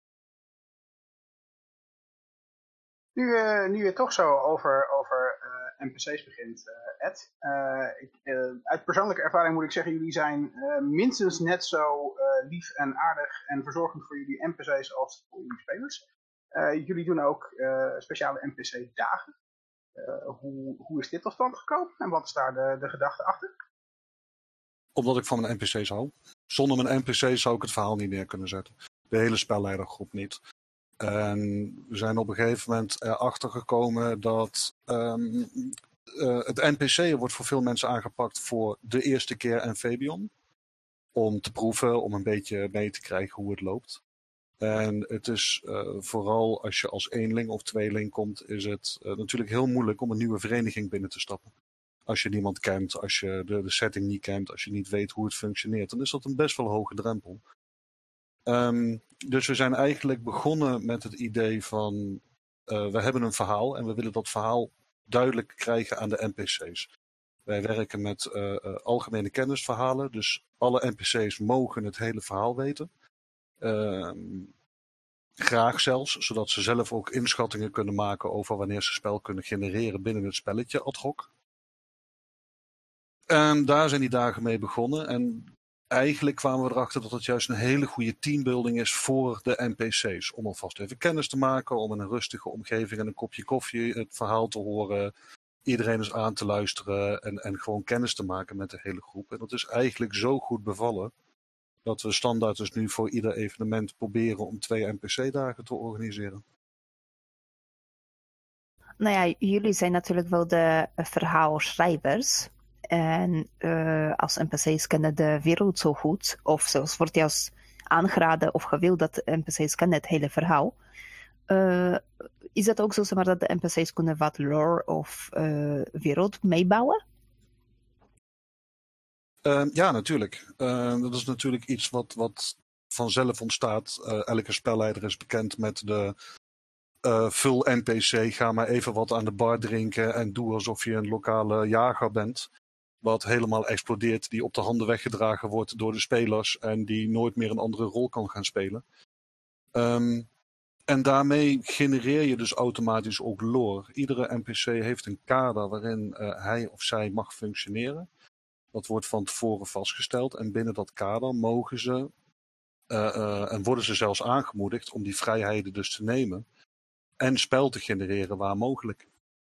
Nu je toch zo over NPC's begint, Ed. Uit persoonlijke ervaring moet ik zeggen, jullie zijn minstens net zo lief en aardig en verzorgend voor jullie NPC's als voor jullie spelers. Jullie doen ook speciale NPC-dagen. Hoe is dit tot stand gekomen en wat is daar de gedachte achter? Omdat ik van mijn NPC's hou. Zonder mijn NPC's zou ik het verhaal niet neer kunnen zetten. De hele spelleidergroep niet. En we zijn op een gegeven moment erachter gekomen dat het NPC'en wordt voor veel mensen aangepakt voor de eerste keer Amphibion. Om te proeven, om een beetje mee te krijgen hoe het loopt. En het is vooral als je als eenling of tweeling komt, is het natuurlijk heel moeilijk om een nieuwe vereniging binnen te stappen. Als je niemand kent, als je de setting niet kent, als je niet weet hoe het functioneert, dan is dat een best wel hoge drempel. Dus we zijn eigenlijk begonnen met het idee van, we hebben een verhaal en we willen dat verhaal duidelijk krijgen aan de NPC's. Wij werken met algemene kennisverhalen, dus alle NPC's mogen het hele verhaal weten. Graag zelfs, zodat ze zelf ook inschattingen kunnen maken over wanneer ze spel kunnen genereren binnen het spelletje ad hoc. En daar zijn die dagen mee begonnen. En eigenlijk kwamen we erachter dat het juist een hele goede teambuilding is voor de NPC's. Om alvast even kennis te maken, om in een rustige omgeving en een kopje koffie het verhaal te horen. Iedereen eens aan te luisteren en gewoon kennis te maken met de hele groep. En dat is eigenlijk zo goed bevallen dat we standaard dus nu voor ieder evenement proberen om 2 NPC-dagen te organiseren. Nou ja, jullie zijn natuurlijk wel de verhaalschrijvers. En als NPC's kennen de wereld zo goed, of zelfs wordt juist aangeraden of gewild dat de NPC's kennen het hele verhaal. Is dat ook zo, zeg maar, dat de NPC's kunnen wat lore of wereld meebouwen? Ja, natuurlijk. Dat is natuurlijk iets wat vanzelf ontstaat. Elke spelleider is bekend met de full NPC. Ga maar even wat aan de bar drinken en doe alsof je een lokale jager bent. Wat helemaal explodeert, die op de handen weggedragen wordt door de spelers en die nooit meer een andere rol kan gaan spelen. En daarmee genereer je dus automatisch ook lore. Iedere NPC heeft een kader waarin hij of zij mag functioneren. Dat wordt van tevoren vastgesteld en binnen dat kader mogen ze en worden ze zelfs aangemoedigd om die vrijheden dus te nemen en spel te genereren waar mogelijk.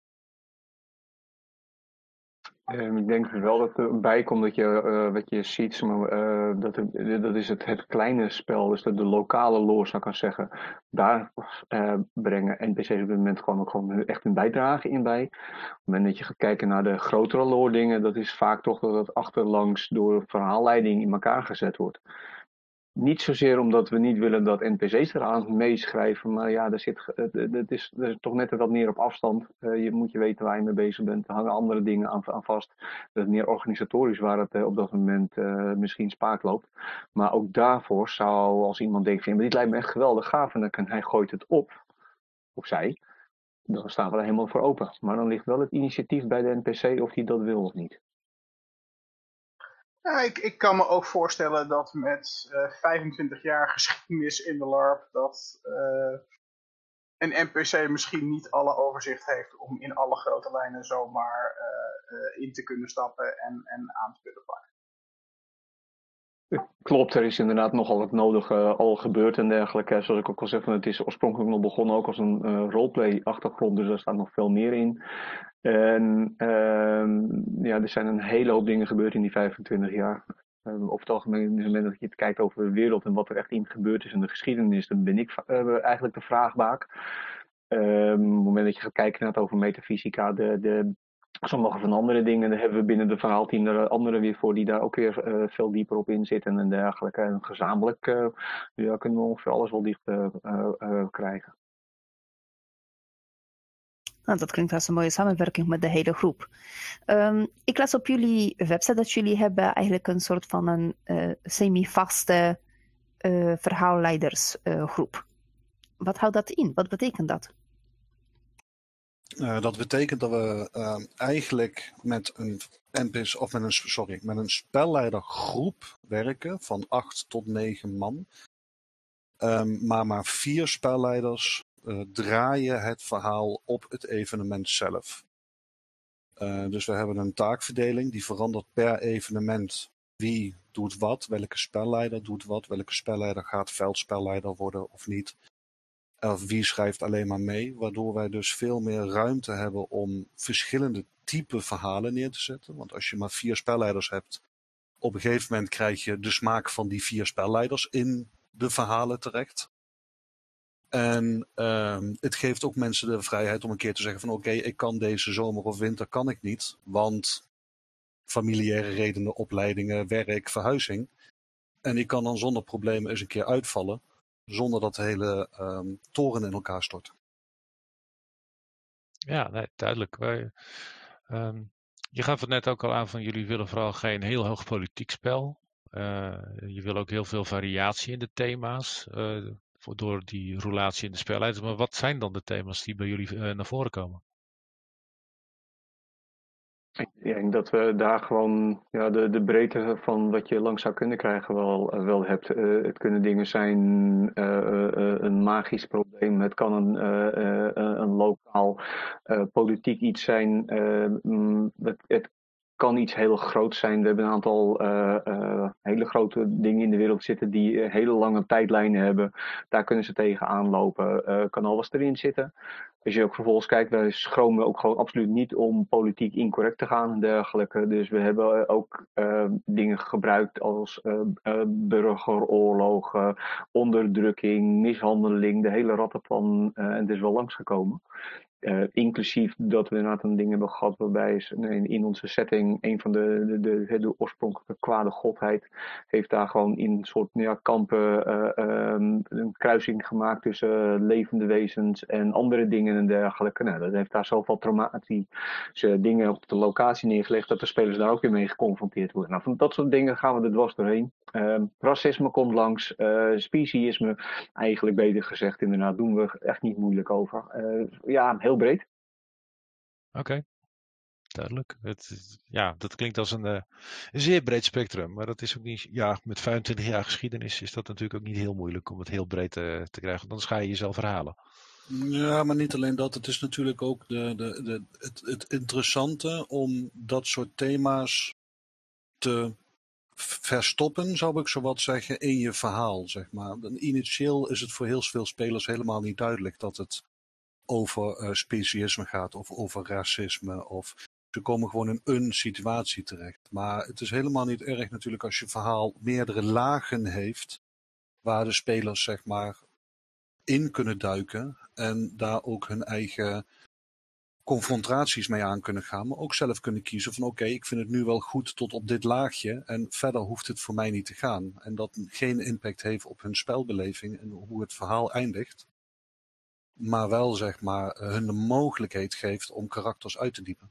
Ik denk wel dat erbij komt dat je wat je ziet, dat is het kleine spel, dus de lokale lore zou ik maar zeggen. Daar brengen NPC's op dit moment gewoon echt een bijdrage in bij. Op het moment dat je gaat kijken naar de grotere lore dingen, dat is vaak toch dat het achterlangs door verhaalleiding in elkaar gezet wordt. Niet zozeer omdat we niet willen dat NPC's eraan meeschrijven, maar ja, er is toch net wat meer op afstand. Je moet weten waar je mee bezig bent. Er hangen andere dingen aan vast. Dat is meer organisatorisch waar het op dat moment misschien spaak loopt. Maar ook daarvoor zou, als iemand denkt, maar dit lijkt me echt geweldig gaaf en hij gooit het op, of zij, dan staan we er helemaal voor open. Maar dan ligt wel het initiatief bij de NPC of die dat wil of niet. Ja, ik kan me ook voorstellen dat met 25 jaar geschiedenis in de LARP dat een NPC misschien niet alle overzicht heeft om in alle grote lijnen zomaar in te kunnen stappen en aan te kunnen pakken. Klopt, er is inderdaad nogal wat nodig al gebeurd en dergelijke. Zoals ik ook al zeg, het is oorspronkelijk nog begonnen ook als een roleplay-achtergrond, dus daar staat nog veel meer in. En ja, er zijn een hele hoop dingen gebeurd in die 25 jaar. Over het algemeen, op het moment dat je het kijkt over de wereld en wat er echt in gebeurd is in de geschiedenis, dan ben ik eigenlijk de vraagbaak. Op het moment dat je gaat kijken naar het over metafysica, sommige van andere dingen, daar hebben we binnen de verhaalteam er anderen weer voor die daar ook weer veel dieper op in zitten en dergelijke. En gezamenlijk ja, kunnen we ongeveer alles wel dicht krijgen. Nou, dat klinkt als een mooie samenwerking met de hele groep. Ik las op jullie website dat jullie hebben eigenlijk een soort van een semi-vaste verhaalleidersgroep. Wat houdt dat in? Wat betekent dat? Dat betekent dat we eigenlijk met een met een spelleidergroep werken van 8 tot 9 man. Maar 4 spelleiders draaien het verhaal op het evenement zelf. Dus we hebben een taakverdeling die verandert per evenement. Wie doet wat, welke spelleider doet wat, welke spelleider gaat veldspelleider worden of niet. Of wie schrijft alleen maar mee, waardoor wij dus veel meer ruimte hebben om verschillende type verhalen neer te zetten. Want als je maar 4 spelleiders hebt, op een gegeven moment krijg je de smaak van die 4 spelleiders in de verhalen terecht. En het geeft ook mensen de vrijheid om een keer te zeggen van oké, ik kan deze zomer of winter kan ik niet, want familiaire redenen, opleidingen, werk, verhuizing. En ik kan dan zonder problemen eens een keer uitvallen, zonder dat de hele toren in elkaar stort. Ja, nee, duidelijk. Je gaf het net ook al aan van jullie willen vooral geen heel hoog politiek spel. Je wil ook heel veel variatie in de thema's. Door die roulatie in de spelleiders. Maar wat zijn dan de thema's die bij jullie naar voren komen? Ik denk dat we daar gewoon ja, de breedte van wat je langs zou kunnen krijgen wel hebt. Het kunnen dingen zijn, een magisch probleem. Het kan een lokaal politiek iets zijn. Het kan iets heel groots zijn. We hebben een aantal hele grote dingen in de wereld zitten die hele lange tijdlijnen hebben. Daar kunnen ze tegenaan lopen. Kan alles erin zitten. Als je ook vervolgens kijkt, wij schromen ook gewoon absoluut niet om politiek incorrect te gaan en dergelijke. Dus we hebben ook dingen gebruikt als burgeroorlogen, onderdrukking, mishandeling, de hele rattenplan. En het is wel langsgekomen. Inclusief dat we inderdaad een ding hebben gehad waarbij in onze setting een van de oorspronkelijke kwade godheid heeft daar gewoon in een soort kampen een kruising gemaakt tussen levende wezens en andere dingen en dergelijke. Nou, dat heeft daar zoveel traumatische dingen op de locatie neergelegd dat de spelers daar ook weer mee geconfronteerd worden. Nou, van dat soort dingen gaan we er dwars doorheen. Racisme komt langs, speciesme, eigenlijk beter gezegd, inderdaad, doen we echt niet moeilijk over. Ja, heel breed. Oké, duidelijk. Ja, dat klinkt als een zeer breed spectrum, maar dat is ook niet, ja, met 25 jaar geschiedenis is dat natuurlijk ook niet heel moeilijk om het heel breed te krijgen, want anders ga je jezelf verhalen. Ja, maar niet alleen dat. Het is natuurlijk ook het interessante om dat soort thema's te verstoppen, zou ik zo wat zeggen, in je verhaal, zeg maar. Initieel is het voor heel veel spelers helemaal niet duidelijk dat het over speciesme gaat of over racisme. Of ze komen gewoon in een situatie terecht. Maar het is helemaal niet erg natuurlijk als je verhaal meerdere lagen heeft, waar de spelers, zeg maar, in kunnen duiken en daar ook hun eigen confrontaties mee aan kunnen gaan, maar ook zelf kunnen kiezen van oké, ik vind het nu wel goed tot op dit laagje en verder hoeft het voor mij niet te gaan. En dat geen impact heeft op hun spelbeleving en hoe het verhaal eindigt, maar wel zeg maar hun de mogelijkheid geeft om karakters uit te diepen.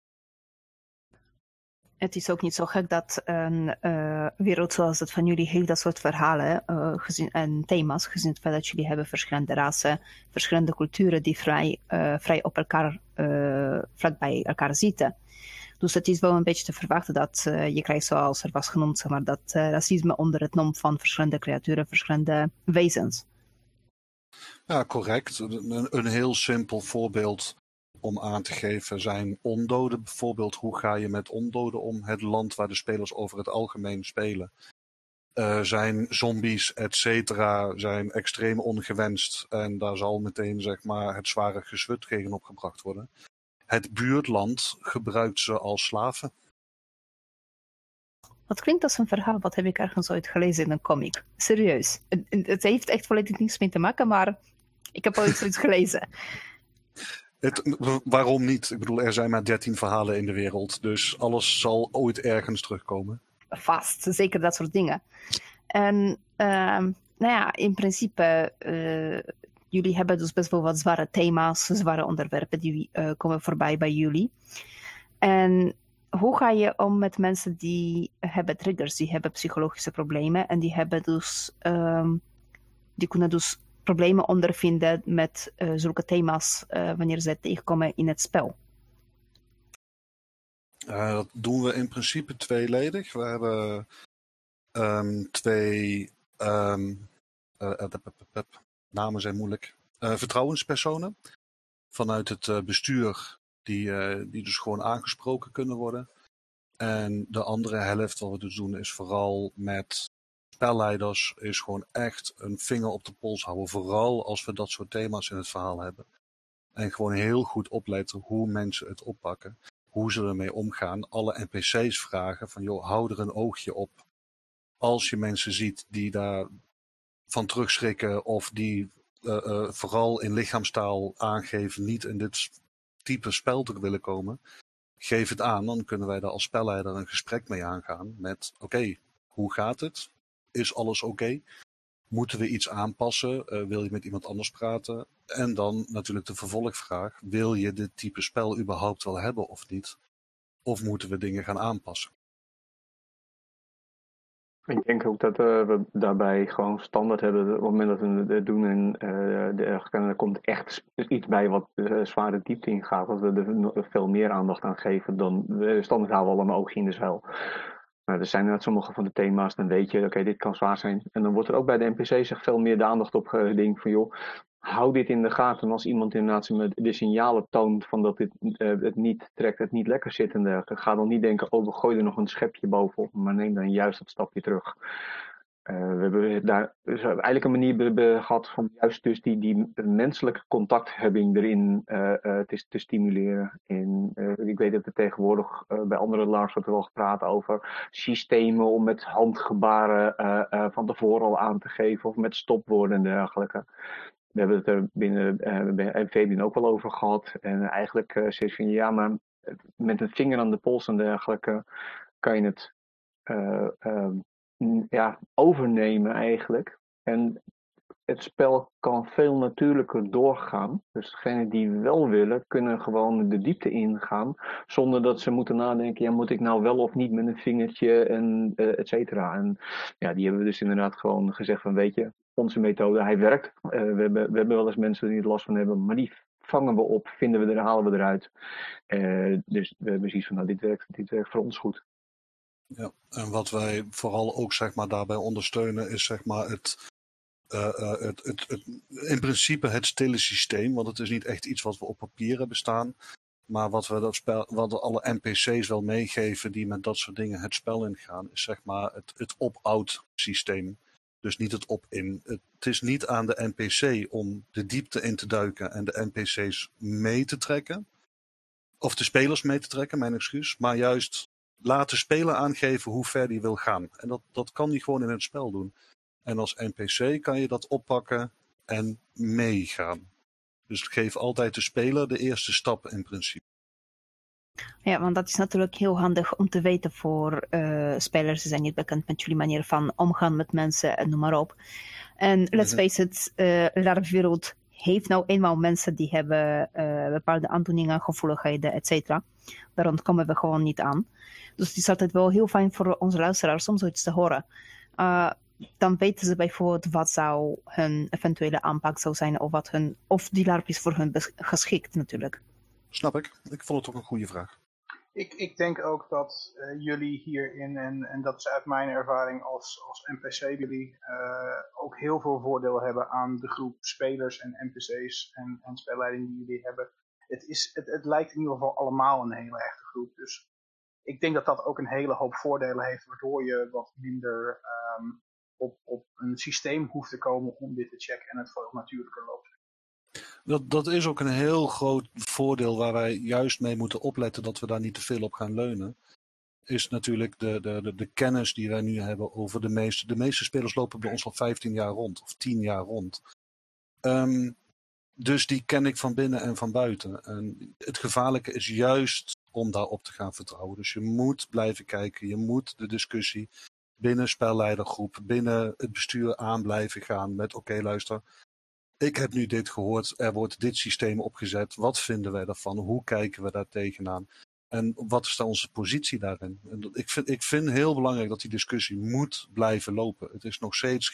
Het is ook niet zo gek dat een wereld zoals dat van jullie heeft dat soort verhalen en thema's, gezien het feit dat jullie hebben verschillende rassen, verschillende culturen die vrij op elkaar, vlak bij elkaar zitten. Dus het is wel een beetje te verwachten dat je krijgt, zoals er was genoemd, zeg maar, dat racisme onder het nom van verschillende creaturen, verschillende wezens. Ja, correct. Een heel simpel voorbeeld om aan te geven zijn ondoden bijvoorbeeld. Hoe ga je met ondoden om? Het land waar de spelers over het algemeen spelen zijn zombies, et cetera, zijn extreem ongewenst. En daar zal meteen zeg maar het zware gezwut tegen opgebracht worden. Het buurtland gebruikt ze als slaven. Dat klinkt als een verhaal, wat heb ik ergens ooit gelezen in een comic. Serieus. Het heeft echt volledig niets mee te maken, maar ik heb ooit zoiets gelezen. Waarom niet? Ik bedoel, er zijn maar 13 verhalen in de wereld. Dus alles zal ooit ergens terugkomen. Vast, zeker dat soort dingen. En in principe, jullie hebben dus best wel wat zware thema's, zware onderwerpen die komen voorbij bij jullie. En hoe ga je om met mensen die hebben triggers, die hebben psychologische problemen en die hebben dus, die kunnen dus problemen ondervinden met zulke thema's wanneer ze tegenkomen in het spel? Dat doen we in principe tweeledig. We hebben twee namen zijn moeilijk. Vertrouwenspersonen vanuit het bestuur die dus gewoon aangesproken kunnen worden. En de andere helft wat we dus doen is vooral met spelleiders is gewoon echt een vinger op de pols houden. Vooral als we dat soort thema's in het verhaal hebben. En gewoon heel goed opletten hoe mensen het oppakken. Hoe ze ermee omgaan. Alle NPC's vragen van joh, hou er een oogje op. Als je mensen ziet die daar van terugschrikken of die vooral in lichaamstaal aangeven niet in dit type spel te willen komen. Geef het aan, dan kunnen wij daar als spelleider een gesprek mee aangaan met oké, hoe gaat het? Is alles oké? Moeten we iets aanpassen? Wil je met iemand anders praten? En dan natuurlijk de vervolgvraag, wil je dit type spel überhaupt wel hebben of niet? Of moeten we dingen gaan aanpassen? Ik denk ook dat we daarbij gewoon standaard hebben op het moment dat we het doen en er komt echt iets bij wat zware diepte ingaat, dat we er veel meer aandacht aan geven dan standaard houden we al een oogje in de zuil. Er zijn inderdaad sommige van de thema's, dan weet je, oké, dit kan zwaar zijn. En dan wordt er ook bij de NPC's echt veel meer de aandacht op gedingt van joh, hou dit in de gaten. En als iemand inderdaad de signalen toont van dat dit het niet trekt, het niet lekker zit en dergelijke, ga dan niet denken, oh, we gooien er nog een schepje bovenop, maar neem dan juist dat stapje terug. We hebben daar dus eigenlijk een manier gehad van juist dus die menselijke contacthebbing erin te stimuleren. En ik weet dat we tegenwoordig bij andere LARPs wordt er wel gepraat over systemen om met handgebaren van tevoren al aan te geven of met stopwoorden en dergelijke. We hebben het er binnen bij Fabian ook wel over gehad. En eigenlijk zoiets van ja, maar met een vinger aan de pols en dergelijke kan je het overnemen eigenlijk. En het spel kan veel natuurlijker doorgaan. Dus degenen die wel willen, kunnen gewoon de diepte ingaan. Zonder dat ze moeten nadenken, ja, moet ik nou wel of niet met een vingertje en et cetera. En ja, die hebben we dus inderdaad gewoon gezegd van weet je, onze methode, hij werkt. We hebben wel eens mensen die er last van hebben, maar die vangen we op, vinden we er, halen we eruit. Dus we hebben zoiets van, nou, dit werkt voor ons goed. Ja, en wat wij vooral ook zeg maar daarbij ondersteunen is zeg maar in principe het stille systeem, want het is niet echt iets wat we op papier hebben staan, maar wat we alle NPC's wel meegeven die met dat soort dingen het spel ingaan, is zeg maar het op-out systeem. Dus niet het op-in. Het is niet aan de NPC om de diepte in te duiken en de NPC's mee te trekken. Of de spelers mee te trekken, mijn excuus. Maar juist laten speler aangeven hoe ver die wil gaan. En dat kan die gewoon in het spel doen. En als NPC kan je dat oppakken en meegaan. Dus geef altijd de speler de eerste stap in principe. Ja, want dat is natuurlijk heel handig om te weten voor spelers. Ze zijn niet bekend met jullie manier van omgaan met mensen en noem maar op. En let's face it, LARP-wereld heeft nou eenmaal mensen die hebben bepaalde aandoeningen, gevoeligheden, et cetera. Daar ontkomen we gewoon niet aan. Dus het is altijd wel heel fijn voor onze luisteraars om zoiets te horen. Dan weten ze bijvoorbeeld wat zou hun eventuele aanpak zou zijn of die LARP is voor hun geschikt natuurlijk. Snap ik. Ik vond het ook een goede vraag. Ik denk ook dat jullie hierin, en dat is uit mijn ervaring als NPC, jullie ook heel veel voordeel hebben aan de groep spelers en NPC's en spelleiding die jullie hebben. Het lijkt in ieder geval allemaal een hele echte groep. Dus ik denk dat dat ook een hele hoop voordelen heeft, waardoor je wat minder op een systeem hoeft te komen om dit te checken en het veel natuurlijker loopt. Dat is ook een heel groot voordeel waar wij juist mee moeten opletten dat we daar niet te veel op gaan leunen. Is natuurlijk de kennis die wij nu hebben over de meeste. De meeste spelers lopen bij ons al 15 jaar rond of 10 jaar rond. Dus die ken ik van binnen en van buiten. En het gevaarlijke is juist om daarop te gaan vertrouwen. Dus je moet blijven kijken. Je moet de discussie binnen spelleidergroep, binnen het bestuur aan blijven gaan met oké, luister. Ik heb nu dit gehoord. Er wordt dit systeem opgezet. Wat vinden wij daarvan? Hoe kijken we daar tegenaan? En wat is dan onze positie daarin? En ik vind heel belangrijk dat die discussie moet blijven lopen. Het is nog steeds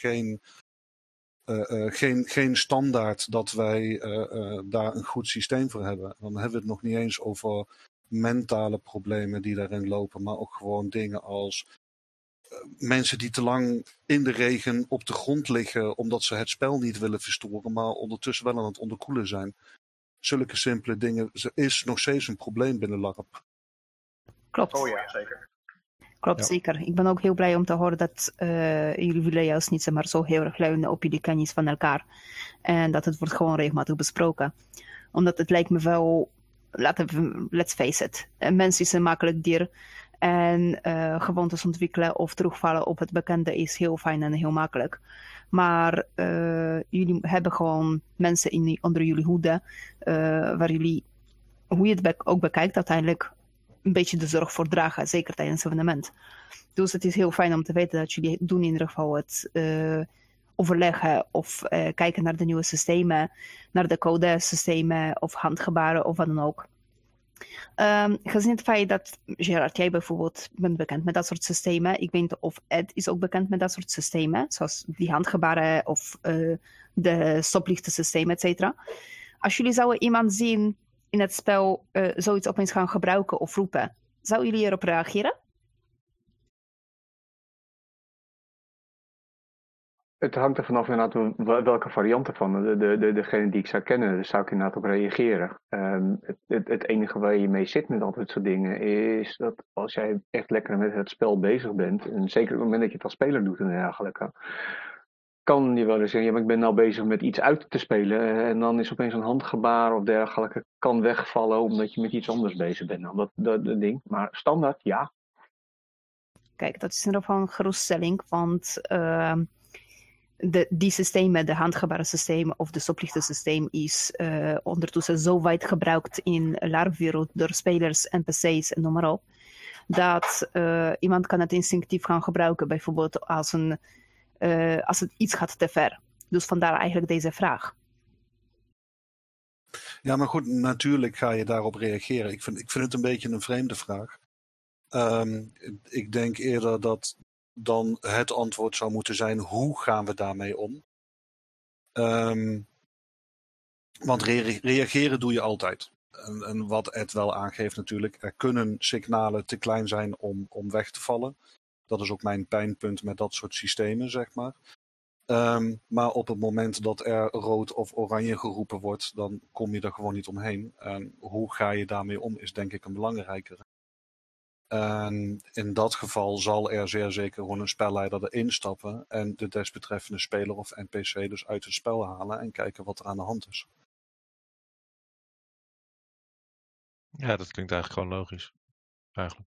geen standaard dat wij daar een goed systeem voor hebben. Dan hebben we het nog niet eens over mentale problemen die daarin lopen, maar ook gewoon dingen als mensen die te lang in de regen op de grond liggen omdat ze het spel niet willen verstoren, maar ondertussen wel aan het onderkoelen zijn. Zulke simpele dingen is nog steeds een probleem binnen LARP. Klopt. Oh ja, zeker. Klopt, Ja. zeker. Ik ben ook heel blij om te horen dat jullie willen juist niet maar zo heel erg leunen op jullie kennis van elkaar. En dat het wordt gewoon regelmatig besproken. Omdat het lijkt me wel, let's face it, een mens is een makkelijk dier. En gewoontes ontwikkelen of terugvallen op het bekende is heel fijn en heel makkelijk. Maar jullie hebben gewoon mensen onder jullie hoede, waar jullie, hoe je het ook bekijkt, uiteindelijk een beetje de zorg voor dragen, zeker tijdens het evenement. Dus het is heel fijn om te weten dat jullie doen in ieder geval het overleggen of kijken naar de nieuwe systemen, naar de codesystemen of handgebaren of wat dan ook. Gezien het feit dat, Gerard, jij bijvoorbeeld bent bekend met dat soort systemen. Ik weet niet of Ed is ook bekend met dat soort systemen, zoals die handgebaren of de stoplichtensystemen, et cetera. Als jullie zouden iemand zien in het spel zoiets opeens gaan gebruiken of roepen, zouden jullie erop reageren? Het hangt er vanaf inderdaad welke variant ervan. Degene die ik zou kennen, daar zou ik inderdaad op reageren. Het enige waar je mee zit met al dit soort dingen is dat als jij echt lekker met het spel bezig bent, en zeker op het moment dat je het als speler doet en dergelijke, kan je wel eens zeggen, ja, maar ik ben nou bezig met iets uit te spelen en dan is opeens een handgebaar of dergelijke kan wegvallen omdat je met iets anders bezig bent. Nou, dat ding. Maar standaard, ja. Kijk, dat is in ieder geval een geruststelling, want die systemen, de handgebarensysteem of de stoplichtensysteem is ondertussen zo wijd gebruikt in de LARP-wereld door spelers, NPC's en noem maar op, dat iemand kan het instinctief gaan gebruiken, bijvoorbeeld als het iets gaat te ver. Dus vandaar eigenlijk deze vraag. Ja, maar goed, natuurlijk ga je daarop reageren. Ik vind het een beetje een vreemde vraag. Ik denk eerder dat dan het antwoord zou moeten zijn, hoe gaan we daarmee om? Want reageren doe je altijd. En wat Ed wel aangeeft natuurlijk, er kunnen signalen te klein zijn om weg te vallen. Dat is ook mijn pijnpunt met dat soort systemen, zeg maar. Maar op het moment dat er rood of oranje geroepen wordt, dan kom je er gewoon niet omheen. En hoe ga je daarmee om, is denk ik een belangrijkere. En in dat geval zal er zeer zeker gewoon een spelleider erin stappen en de desbetreffende speler of NPC dus uit het spel halen en kijken wat er aan de hand is. Ja, dat klinkt eigenlijk gewoon logisch. Eigenlijk.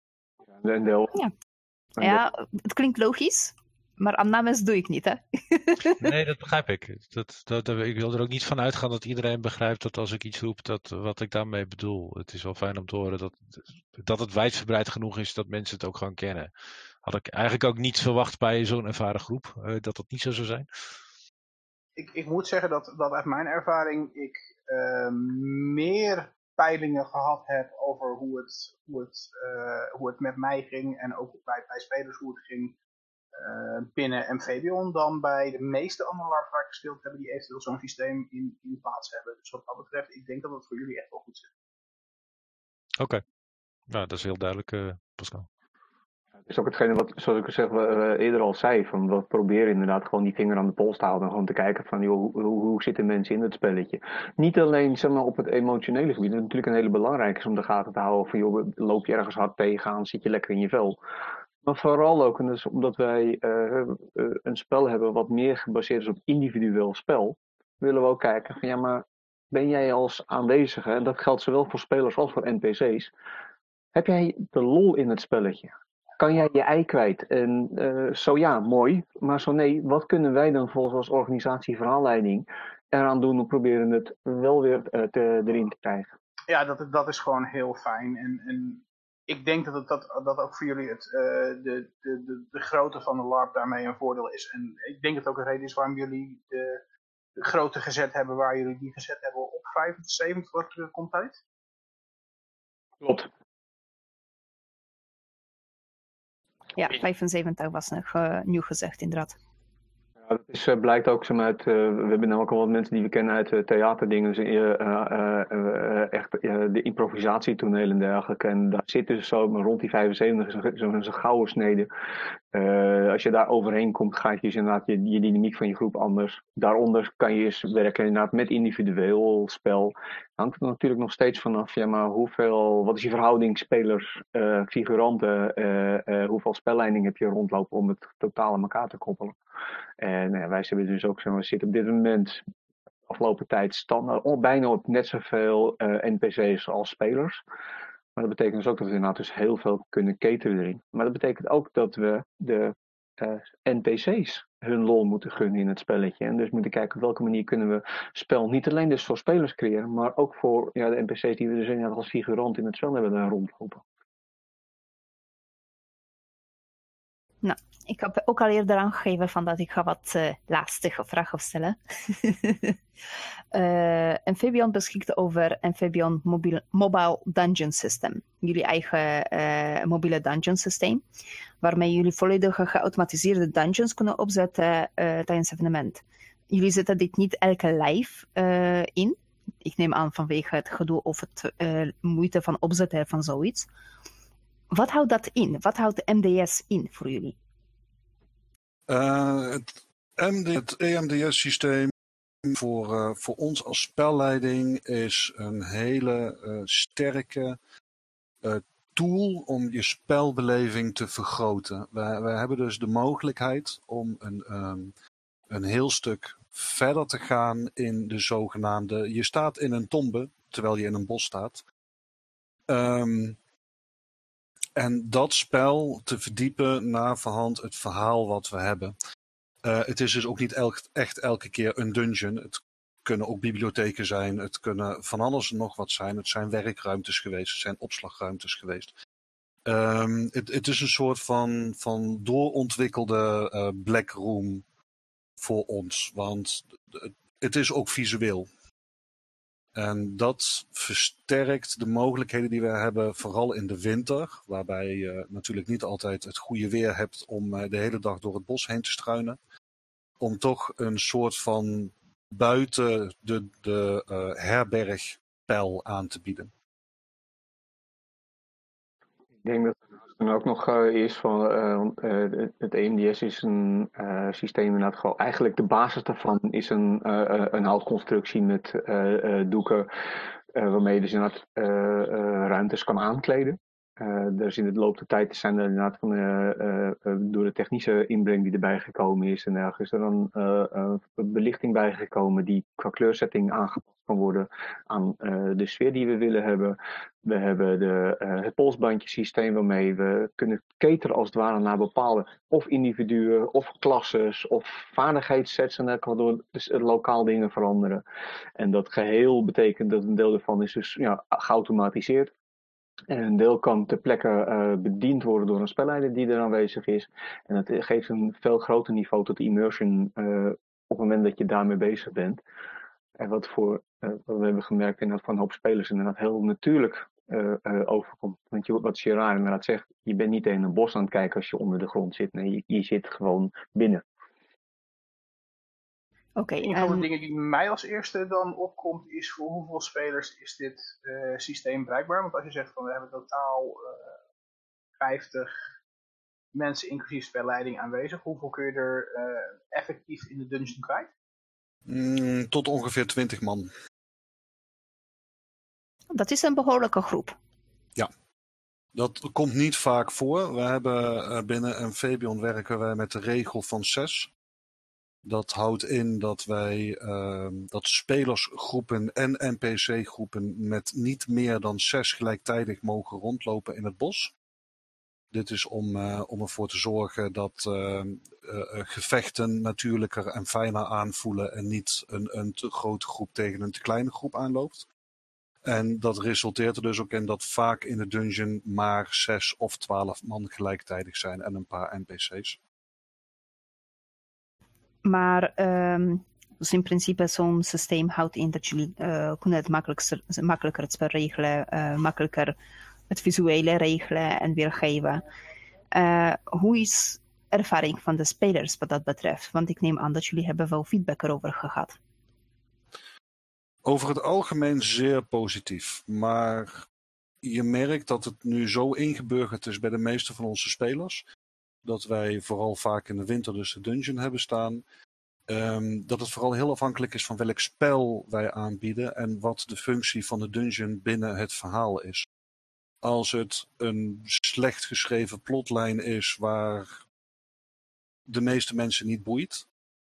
Ja, het klinkt logisch, maar aannames doe ik niet, hè? Nee, dat begrijp ik. Ik wil er ook niet van uitgaan dat iedereen begrijpt dat als ik iets roep, wat ik daarmee bedoel. Het is wel fijn om te horen dat het wijdverbreid genoeg is dat mensen het ook gewoon kennen. Had ik eigenlijk ook niet verwacht bij zo'n ervaren groep, dat dat niet zo zou zijn. Ik moet zeggen dat uit mijn ervaring ik meer peilingen gehad heb over hoe het met mij ging en ook bij spelers hoe het ging binnen Amphibion dan bij de meeste andere LARPs waar ik gespeeld heb die eventueel zo'n systeem in plaats hebben. Dus wat dat betreft, ik denk dat het voor jullie echt wel goed zit. Oké. Nou, dat is heel duidelijk, Pascal. is ook hetgene wat, zoals ik zeg, eerder al zei. Van we proberen inderdaad gewoon die vinger aan de pols te houden. En gewoon te kijken van joh, hoe zitten mensen in het spelletje. Niet alleen zeg maar, op het emotionele gebied. Dat is natuurlijk een hele belangrijke is om de gaten te houden. Van joh, loop je ergens hard tegenaan, zit je lekker in je vel. Maar vooral ook, en dat is omdat wij een spel hebben wat meer gebaseerd is op individueel spel. Willen we ook kijken van ja, maar ben jij als aanwezige, en dat geldt zowel voor spelers als voor NPC's. Heb jij de lol in het spelletje? Kan jij je ei kwijt? En zo ja, mooi. Maar zo nee, wat kunnen wij dan volgens als organisatie verhaalleiding eraan doen om proberen het wel weer erin te krijgen? Ja, dat is gewoon heel fijn. En ik denk dat ook voor jullie de grootte van de LARP daarmee een voordeel is. En ik denk dat het ook een reden is waarom jullie de grootte gezet hebben waar jullie die gezet hebben op 75 wat komt uit. Klopt. Ja, 75 was nog nieuw gezegd, inderdaad. Ja, dat is, blijkt ook uit. We hebben namelijk al wat mensen die we kennen uit theaterdingen. Echt de improvisatietoneel en dergelijke. En daar zit dus zo rond die 75 zo'n gouden snede. Als je daar overheen komt, gaat je dus inderdaad je dynamiek van je groep anders. Daaronder kan je eens werken inderdaad met individueel spel. Hangt er natuurlijk nog steeds vanaf, ja, maar wat is je verhouding spelers, figuranten, hoeveel spelleiding heb je rondlopen om het totaal aan elkaar te koppelen. En wij hebben dus ook, we zitten op dit moment, afgelopen tijd, standaard bijna op net zoveel NPC's als spelers. Maar dat betekent dus ook dat we inderdaad dus heel veel kunnen cateren erin. Maar dat betekent ook dat we de NPC's hun lol moeten gunnen in het spelletje. En dus moeten kijken op welke manier kunnen we spel niet alleen dus voor spelers creëren, maar ook voor de NPC's die we dus inderdaad als figurant in het spel hebben daar rondlopen. Nou, ik heb ook al eerder aangegeven van dat ik ga wat lastige vragen stellen. Amphibion beschikt over Amphibion Mobile Dungeon System. Jullie eigen mobiele dungeon systeem. Waarmee jullie volledige geautomatiseerde dungeons kunnen opzetten tijdens evenement. Jullie zetten dit niet elke live in. Ik neem aan vanwege het gedoe of het moeite van opzetten van zoiets. Wat houdt dat in? Wat houdt de MDS in voor jullie? Het EMDS-systeem voor ons als spelleiding is een hele sterke tool om je spelbeleving te vergroten. We hebben dus de mogelijkheid om een heel stuk verder te gaan in de zogenaamde... Je staat in een tombe, terwijl je in een bos staat. En dat spel te verdiepen naar verhand het verhaal wat we hebben. Het is dus ook niet echt elke keer een dungeon. Het kunnen ook bibliotheken zijn. Het kunnen van alles en nog wat zijn. Het zijn werkruimtes geweest. Het zijn opslagruimtes geweest. Het is een soort van doorontwikkelde black room voor ons. Want het is ook visueel. En dat versterkt de mogelijkheden die we hebben, vooral in de winter. Waarbij je natuurlijk niet altijd het goede weer hebt om de hele dag door het bos heen te struinen. Om toch een soort van buiten de herbergpijl aan te bieden. Ik denk dat het dan ook nog is van het EMDS is een systeem inderdaad gewoon. Eigenlijk de basis daarvan is een houtconstructie met doeken waarmee je dus inderdaad ruimtes kan aankleden. Dus in de loop der tijd zijn er inderdaad door de technische inbreng die erbij gekomen is en dergelijke is er dan belichting bijgekomen die qua kleurzetting aangepast kan worden aan de sfeer die we willen hebben. We hebben het polsbandjesysteem waarmee we kunnen cateren als het ware naar bepaalde of individuen of klasses of vaardigheidssets en daar kan door dus lokaal dingen veranderen. En dat geheel betekent dat een deel ervan is dus geautomatiseerd. En een deel kan ter plekke bediend worden door een spelleider die er aanwezig is. En dat geeft een veel groter niveau tot immersion op het moment dat je daarmee bezig bent. En wat we hebben gemerkt inderdaad van een hoop spelers inderdaad heel natuurlijk overkomt. Want wat Gerard inderdaad zegt, je bent niet in een bos aan het kijken als je onder de grond zit. Nee, je zit gewoon binnen. Een van de dingen die mij als eerste dan opkomt is voor hoeveel spelers is dit systeem bereikbaar? Want als je zegt van we hebben totaal 50 mensen inclusief spelleiding aanwezig? Hoeveel kun je er effectief in de dungeon kwijt? Tot ongeveer 20 man. Dat is een behoorlijke groep. Ja. Dat komt niet vaak voor. We hebben binnen Amphibion werken wij met de regel van 6. Dat houdt in dat wij dat spelersgroepen en NPC-groepen met niet meer dan 6 gelijktijdig mogen rondlopen in het bos. Dit is om ervoor te zorgen dat gevechten natuurlijker en fijner aanvoelen en niet een te grote groep tegen een te kleine groep aanloopt. En dat resulteert er dus ook in dat vaak in de dungeon maar 6 of 12 man gelijktijdig zijn en een paar NPC's. Maar dus in principe zo'n systeem houdt in dat jullie kunnen het makkelijker het spel regelen, makkelijker het visuele regelen en weergeven. Hoe is ervaring van de spelers wat dat betreft? Want ik neem aan dat jullie hebben wel feedback erover gehad. Over het algemeen zeer positief, maar je merkt dat het nu zo ingeburgerd is bij de meeste van onze spelers, dat wij vooral vaak in de winter dus de dungeon hebben staan, dat het vooral heel afhankelijk is van welk spel wij aanbieden en wat de functie van de dungeon binnen het verhaal is. Als het een slecht geschreven plotlijn is waar de meeste mensen niet boeit,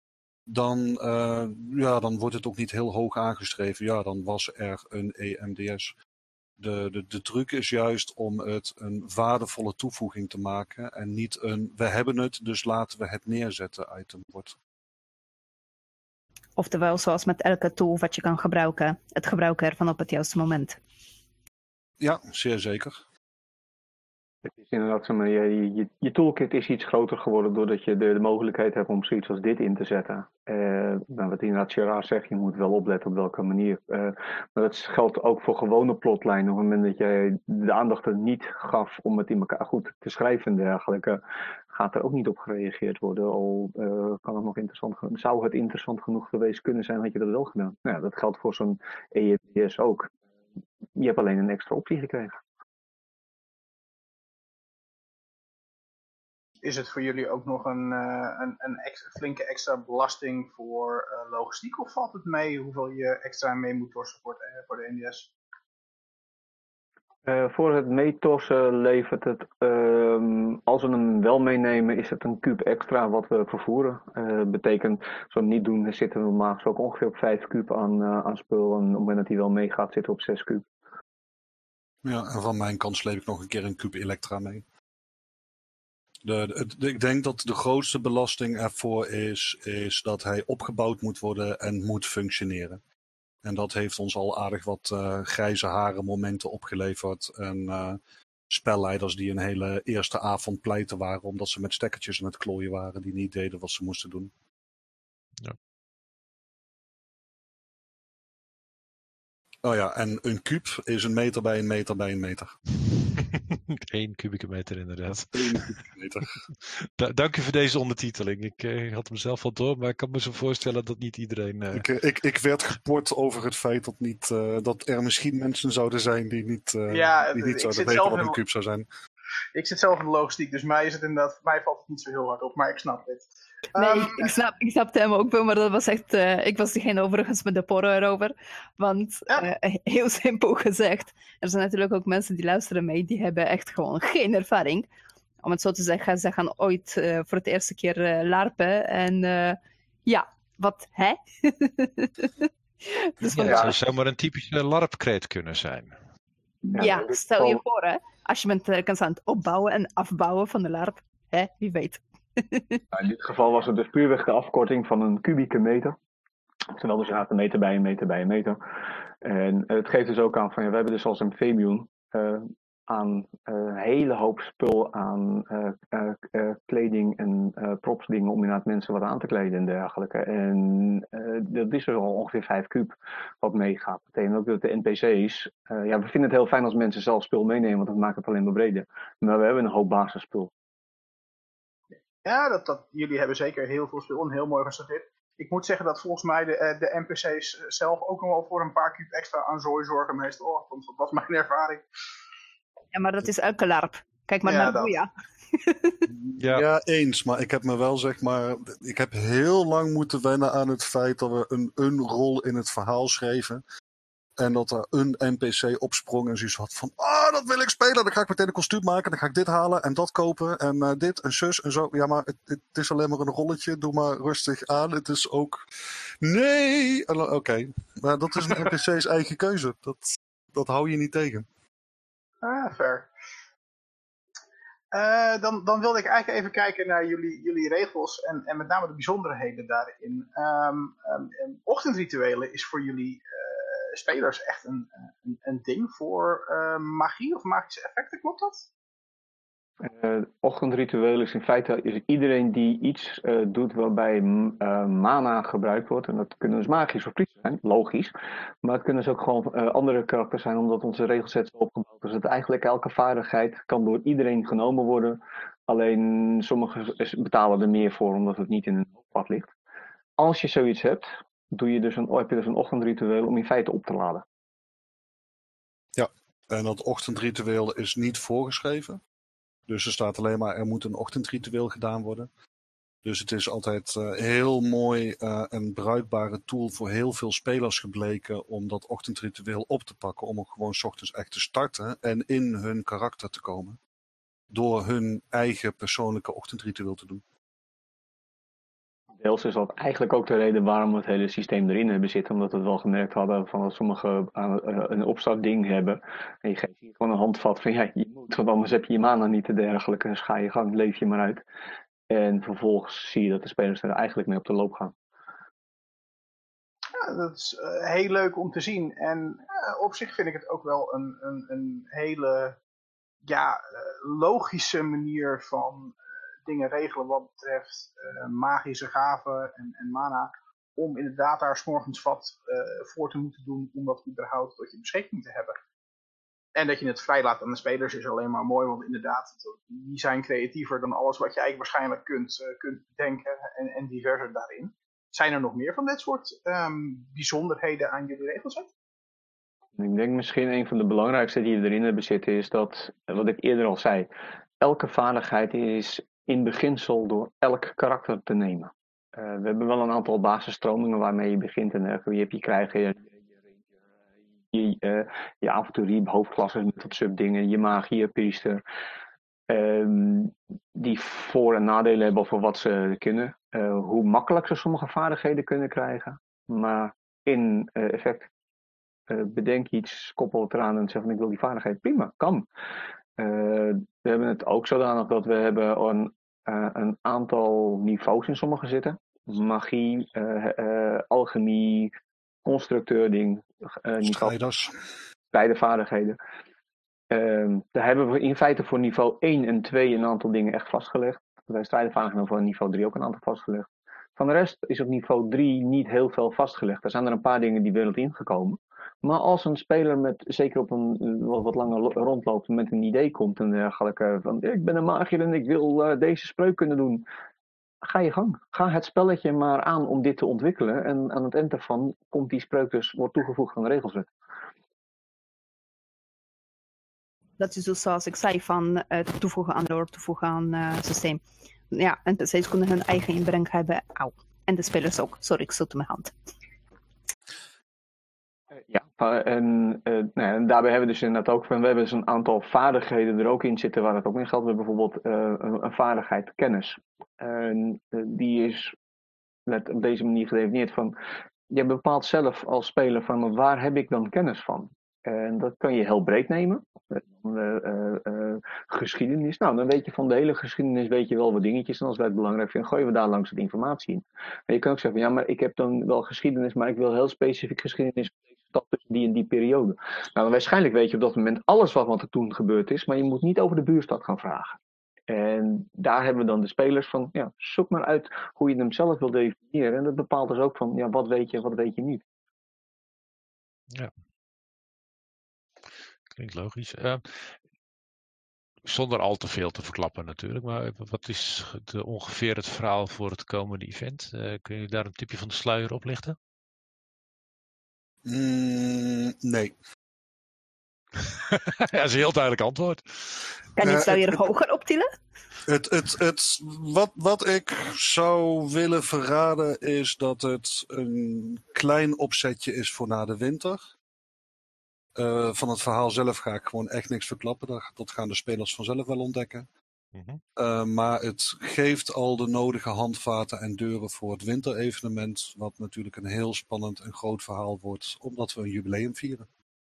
dan wordt het ook niet heel hoog aangeschreven. Ja, dan was er een EMDS. De truc is juist om het een waardevolle toevoeging te maken en niet een we hebben het, dus laten we het neerzetten item wordt. Oftewel, zoals met elke tool wat je kan gebruiken, het gebruiken ervan op het juiste moment. Ja, zeer zeker. Het is inderdaad zo, maar je toolkit is iets groter geworden doordat je de mogelijkheid hebt om zoiets als dit in te zetten. Wat inderdaad Gerard zegt, je moet wel opletten op welke manier. Maar dat geldt ook voor gewone plotlijnen. Op het moment dat jij de aandacht er niet gaf om het in elkaar goed te schrijven en dergelijke, gaat er ook niet op gereageerd worden. Al kan het nog zou het interessant genoeg geweest kunnen zijn, had je dat wel gedaan. Nou ja, dat geldt voor zo'n EMDS ook. Je hebt alleen een extra optie gekregen. Is het voor jullie ook nog een flinke extra belasting voor logistiek? Of valt het mee hoeveel je extra mee moet torsen voor de NDS? Voor het meetorsen levert het, als we hem wel meenemen, is het een kuub extra wat we vervoeren. Betekent, als we hem niet doen, zitten we normaal gesproken ongeveer op 5 kuub aan spul. En op het moment dat hij wel meegaat, zitten we op 6 kuub. Ja, en van mijn kant sleep ik nog een keer een kuub elektra mee. Ik denk dat de grootste belasting ervoor is dat hij opgebouwd moet worden en moet functioneren. En dat heeft ons al aardig wat grijze haren momenten opgeleverd. En spelleiders die een hele eerste avond pleiten waren omdat ze met stekkertjes aan het klooien waren die niet deden wat ze moesten doen. Ja. Oh ja, en een kuub is een meter bij een meter bij een meter. 1 kubieke meter inderdaad. 1 kubieke meter. Dank u voor deze ondertiteling. Ik had hem zelf al door, maar ik kan me zo voorstellen dat niet iedereen... Ik werd geport over het feit dat er misschien mensen zouden zijn die niet zouden weten wat een kuub zou zijn. Ik zit zelf in de logistiek, dus mij valt het niet zo heel hard op, maar ik snap het. Nee, ik snapte hem ook wel, maar dat was echt... ik was degene overigens met de porren erover. Want, heel simpel gezegd, er zijn natuurlijk ook mensen die luisteren mee, die hebben echt gewoon geen ervaring. Om het zo te zeggen, ze gaan ooit voor het eerste keer larpen. En wat, hè? Dus het zou zomaar een typische larpkreet kunnen zijn. Ja, stel je voor, hè. Als je bent telkens aan het opbouwen en afbouwen van de larp. Hè, wie weet. In dit geval was het dus puurweg de afkorting van een kubieke meter. Terwijl dus een meter bij een meter bij een meter. En het geeft dus ook aan van, we hebben dus als Amphibion aan een hele hoop spul aan kleding en propsdingen om inderdaad mensen wat aan te kleden en dergelijke. En dat is er al ongeveer 5 kuub wat meegaat. Dat betekent ook dat de NPC's, we vinden het heel fijn als mensen zelf spul meenemen, want dat maakt het alleen maar breder. Maar we hebben een hoop basisspul. Ja, jullie hebben zeker heel veel spul en heel mooi gesorteerd. Ik moet zeggen dat volgens mij de NPC's zelf ook nog wel voor een paar kuub extra aan zooi zorgen meestal. Want dat was mijn ervaring. Ja, maar dat is elke larp. Kijk maar Ja, naar dat. Boeia. Ja. Ja, eens. Maar ik heb me wel, zeg maar... Ik heb heel lang moeten wennen aan het feit dat we een rol in het verhaal schreven. En dat er een NPC opsprong en zoiets had van... dat wil ik spelen. Dan ga ik meteen een kostuum maken. Dan ga ik dit halen en dat kopen. En dit en zus en zo. Ja, maar het is alleen maar een rolletje. Doe maar rustig aan. Het is ook... Nee! Oké. Maar dat is een NPC's eigen keuze. Dat hou je niet tegen. Fair. Dan wilde ik eigenlijk even kijken naar jullie regels en met name de bijzonderheden daarin. Ochtendrituelen is voor jullie spelers echt een ding voor magie of magische effecten, klopt dat? Ochtendritueel is in feite iedereen die iets doet waarbij mana gebruikt wordt. En dat kunnen dus magisch of priesters zijn, logisch. Maar het kunnen dus ook gewoon andere karakters zijn, omdat onze regelset zo opgebouwd is. Dat eigenlijk elke vaardigheid kan door iedereen genomen worden. Alleen sommigen betalen er meer voor, omdat het niet in een hoofdpad ligt. Als je zoiets hebt, heb je dus een ochtendritueel om in feite op te laden. Ja, en dat ochtendritueel is niet voorgeschreven. Dus er staat alleen maar, er moet een ochtendritueel gedaan worden. Dus het is altijd heel mooi een bruikbare tool voor heel veel spelers gebleken om dat ochtendritueel op te pakken. Om ook gewoon 's ochtends echt te starten en in hun karakter te komen. Door hun eigen persoonlijke ochtendritueel te doen. Deels is dat eigenlijk ook de reden waarom we het hele systeem erin hebben zitten. Omdat we het wel gemerkt hadden van dat sommigen een opstartding hebben. En je geeft hier gewoon een handvat van ja, je moet, want anders heb je je mana niet en dergelijke. Dus ga je gang, leef je maar uit. En vervolgens zie je dat de spelers er eigenlijk mee op de loop gaan. Ja, dat is heel leuk om te zien. En op zich vind ik het ook wel een hele logische manier van dingen regelen wat betreft magische gaven en mana. Om inderdaad daar 's morgens wat voor te moeten doen om dat überhaupt tot je beschikking te hebben. En dat je het vrijlaat aan de spelers is alleen maar mooi, want inderdaad, die zijn creatiever dan alles wat je eigenlijk waarschijnlijk kunt bedenken en diverser daarin. Zijn er nog meer van dit soort bijzonderheden aan jullie regelset? Ik denk misschien een van de belangrijkste die we erin hebben zitten is dat, wat ik eerder al zei, elke vaardigheid is in beginsel door elk karakter te nemen. We hebben wel een aantal basisstromingen waarmee je begint en je hebt je krijgen, je avonturier, hoofdklassen met wat subdingen, je magie, je priester. Die voor- en nadelen hebben voor wat ze kunnen. Hoe makkelijk ze sommige vaardigheden kunnen krijgen. Maar in effect bedenk iets, koppel het eraan en zeg van ik wil die vaardigheid. Prima, kan. We hebben het ook zodanig dat we hebben een aantal niveaus in sommige zitten. Magie, alchemie, constructeur ding. Strijdervaardigheden. Daar hebben we in feite voor niveau 1 en 2 een aantal dingen echt vastgelegd. Bij strijdervaardigheden voor niveau 3 ook een aantal vastgelegd. Van de rest is op niveau 3 niet heel veel vastgelegd. Er zijn er een paar dingen die wereld ingekomen. Maar als een speler met, zeker op een wat langer rondloopt, met een idee komt en dergelijke, van ik ben een magier en ik wil deze spreuk kunnen doen. Ga je gang. Ga het spelletje maar aan om dit te ontwikkelen. En aan het eind daarvan komt die spreuk dus, wordt toegevoegd aan de regelset. Dat is dus zoals ik zei, van toevoegen aan lore, toevoegen aan systeem. Ja, en NPC's kunnen hun eigen inbreng hebben. Auw. En de spelers ook. Sorry, ik stoot mijn hand. Ja, en daarbij hebben we dus inderdaad ook van, we hebben dus een aantal vaardigheden er ook in zitten waar het ook in geldt. We hebben bijvoorbeeld een vaardigheid kennis. En die is net op deze manier gedefinieerd van, je bepaalt zelf als speler van waar heb ik dan kennis van? En dat kan je heel breed nemen. Geschiedenis. Nou, dan weet je van de hele geschiedenis weet je wel wat dingetjes. En als wij het belangrijk vinden, gooien we daar langs wat informatie in. En je kan ook zeggen, ja, maar ik heb dan wel geschiedenis, maar ik wil heel specifiek geschiedenis van deze stad tussen die en die periode. Nou, waarschijnlijk weet je op dat moment alles wat er toen gebeurd is, maar je moet niet over de buurstad gaan vragen. En daar hebben we dan de spelers van, ja, zoek maar uit hoe je hem zelf wil definiëren. En dat bepaalt dus ook van, ja, wat weet je en wat weet je niet. Ja. Klinkt logisch. Zonder al te veel te verklappen natuurlijk, maar wat is ongeveer het verhaal voor het komende event? Kun je daar een tipje van de sluier oplichten? Nee. Dat is een heel duidelijk antwoord. Kan je het weer hoger optillen? Wat ik zou willen verraden is dat het een klein opzetje is voor na de winter. Van het verhaal zelf ga ik gewoon echt niks verklappen. Dat gaan de spelers vanzelf wel ontdekken. Maar het geeft al de nodige handvaten en deuren voor het winterevenement. Wat natuurlijk een heel spannend en groot verhaal wordt. Omdat we een jubileum vieren.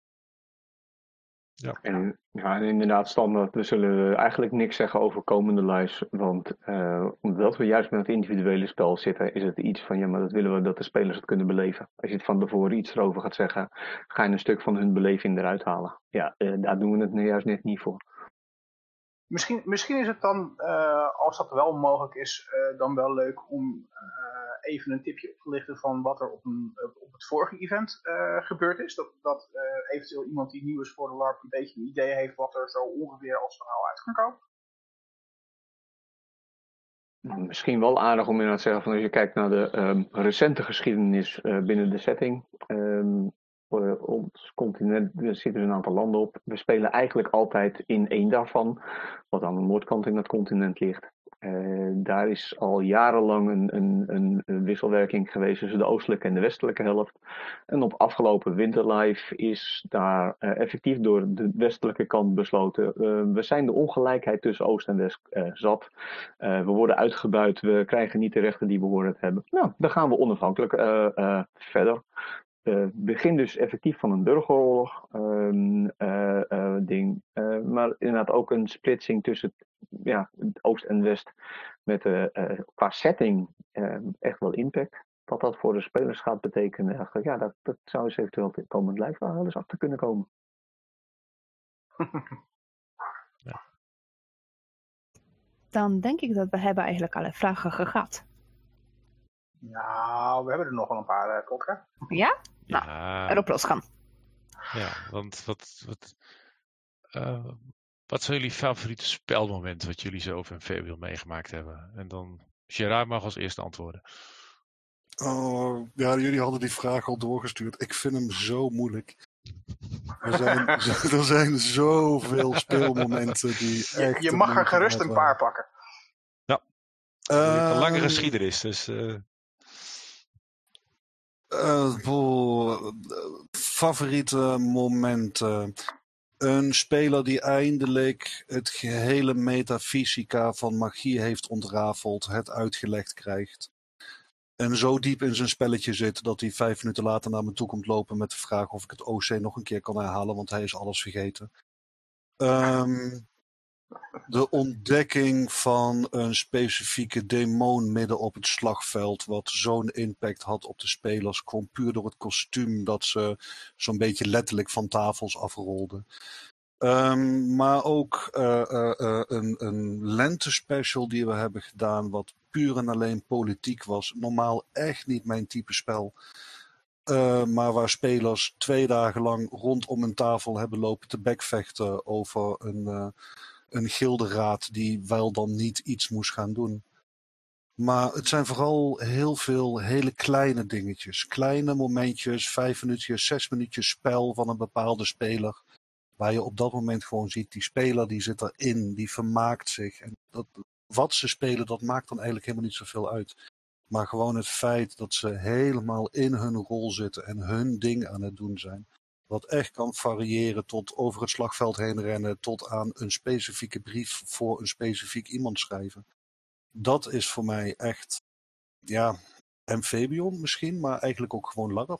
Ja. En inderdaad, standaard. We zullen eigenlijk niks zeggen over komende lives. Want omdat we juist met het individuele spel zitten, is het iets van ja, maar dat willen we dat de spelers het kunnen beleven. Als je het van tevoren iets erover gaat zeggen, ga je een stuk van hun beleving eruit halen. Ja, daar doen we het nu juist net niet voor. Misschien is het dan, als dat wel mogelijk is, dan wel leuk om even een tipje op te lichten van wat er op het vorige event gebeurd is. Dat eventueel iemand die nieuw is voor de LARP een beetje een idee heeft wat er zo ongeveer als verhaal uit kan komen. Misschien wel aardig om inderdaad te zeggen van als je kijkt naar de recente geschiedenis binnen de setting. Voor ons continent zitten er een aantal landen op. We spelen eigenlijk altijd in één daarvan, wat aan de noordkant in het continent ligt. Daar is al jarenlang een wisselwerking geweest tussen de oostelijke en de westelijke helft. En op afgelopen winterlife is daar effectief door de westelijke kant besloten. We zijn de ongelijkheid tussen oost en west zat. We worden uitgebuit, we krijgen niet de rechten die we horen te hebben. Nou, dan gaan we onafhankelijk verder. Begin dus effectief van een burgeroorlog ding. Maar inderdaad ook een splitsing tussen het oost en west met qua setting echt wel impact. Wat dat voor de spelers gaat betekenen, dat zou eens eventueel in komend lijf wel eens achter kunnen komen. Ja. Dan denk ik dat we hebben eigenlijk alle vragen gehad. Nou, we hebben er nog wel een paar, Kotka. Ja? Nou, erop losgaan. Ja, want wat zijn jullie favoriete spelmomenten wat jullie zo over in Fabio meegemaakt hebben? En dan Gerard mag als eerste antwoorden. Oh, ja, jullie hadden die vraag al doorgestuurd. Ik vind hem zo moeilijk. Er zijn zoveel speelmomenten die echt... Je mag er gerust een paar pakken. Ja, een lange geschiedenis, dus... favoriete momenten. Een speler die eindelijk het gehele metafysica van magie heeft ontrafeld, het uitgelegd krijgt. En zo diep in zijn spelletje zit dat hij 5 minuten later naar me toe komt lopen met de vraag of ik het OC nog een keer kan herhalen, want hij is alles vergeten. De ontdekking van een specifieke demon midden op het slagveld, wat zo'n impact had op de spelers, gewoon puur door het kostuum dat ze zo'n beetje letterlijk van tafels afrolden. Maar ook een lentespecial die we hebben gedaan, wat puur en alleen politiek was. Normaal echt niet mijn type spel. Maar waar spelers 2 dagen lang rondom een tafel hebben lopen te bekvechten over een gilderaad die wel dan niet iets moest gaan doen. Maar het zijn vooral heel veel hele kleine dingetjes. Kleine momentjes, 5 minuutjes, 6 minuutjes spel van een bepaalde speler. Waar je op dat moment gewoon ziet, die speler die zit erin, die vermaakt zich. En wat ze spelen, dat maakt dan eigenlijk helemaal niet zoveel uit. Maar gewoon het feit dat ze helemaal in hun rol zitten en hun ding aan het doen zijn. Wat echt kan variëren tot over het slagveld heen rennen, tot aan een specifieke brief voor een specifiek iemand schrijven. Dat is voor mij echt, ja, Amphibion misschien, maar eigenlijk ook gewoon LARP.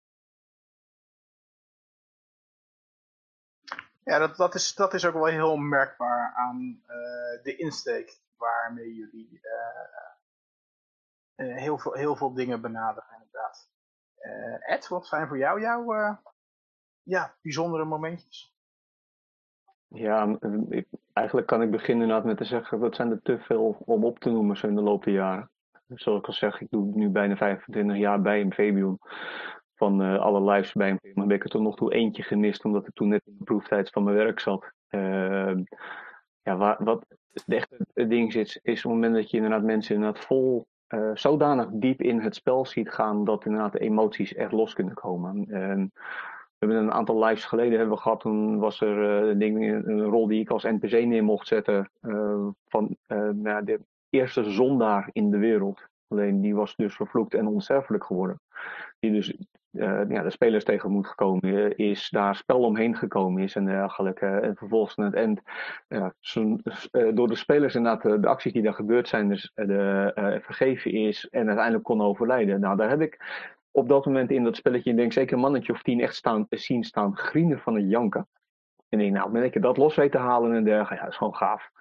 Ja, dat is ook wel heel merkbaar aan de insteek waarmee jullie heel veel dingen benaderen, inderdaad. Ed, wat zijn voor jou jouw bijzondere momentjes? Ja, eigenlijk kan ik beginnen inderdaad met te zeggen, dat zijn er te veel om op te noemen zo in de loop der jaren. Zoals ik al zeg, ik doe nu bijna 25 jaar bij Amphibion. Van alle lives bij Amphibion heb ik er tot nog toe eentje gemist, omdat ik toen net in de proeftijd van mijn werk zat. Wat echt het ding is op het moment dat je inderdaad mensen inderdaad vol zodanig diep in het spel ziet gaan, dat inderdaad de emoties echt los kunnen komen. We hebben een aantal lives geleden gehad. Toen was er een rol die ik als NPC neer mocht zetten. Van de eerste zondaar in de wereld. Alleen die was dus vervloekt en onsterfelijk geworden. Die dus de spelers tegen moet gekomen is. Daar spel omheen gekomen is en dergelijke. En vervolgens aan het eind. Door de spelers inderdaad de acties die daar gebeurd zijn. Dus vergeven is. En uiteindelijk kon overlijden. Nou, daar heb ik op dat moment in dat spelletje, denk zeker een mannetje of 10 echt zien staan grienen van het janken. En ik nou, ben ik dat los weet te halen en dergelijke, ja, dat is gewoon gaaf.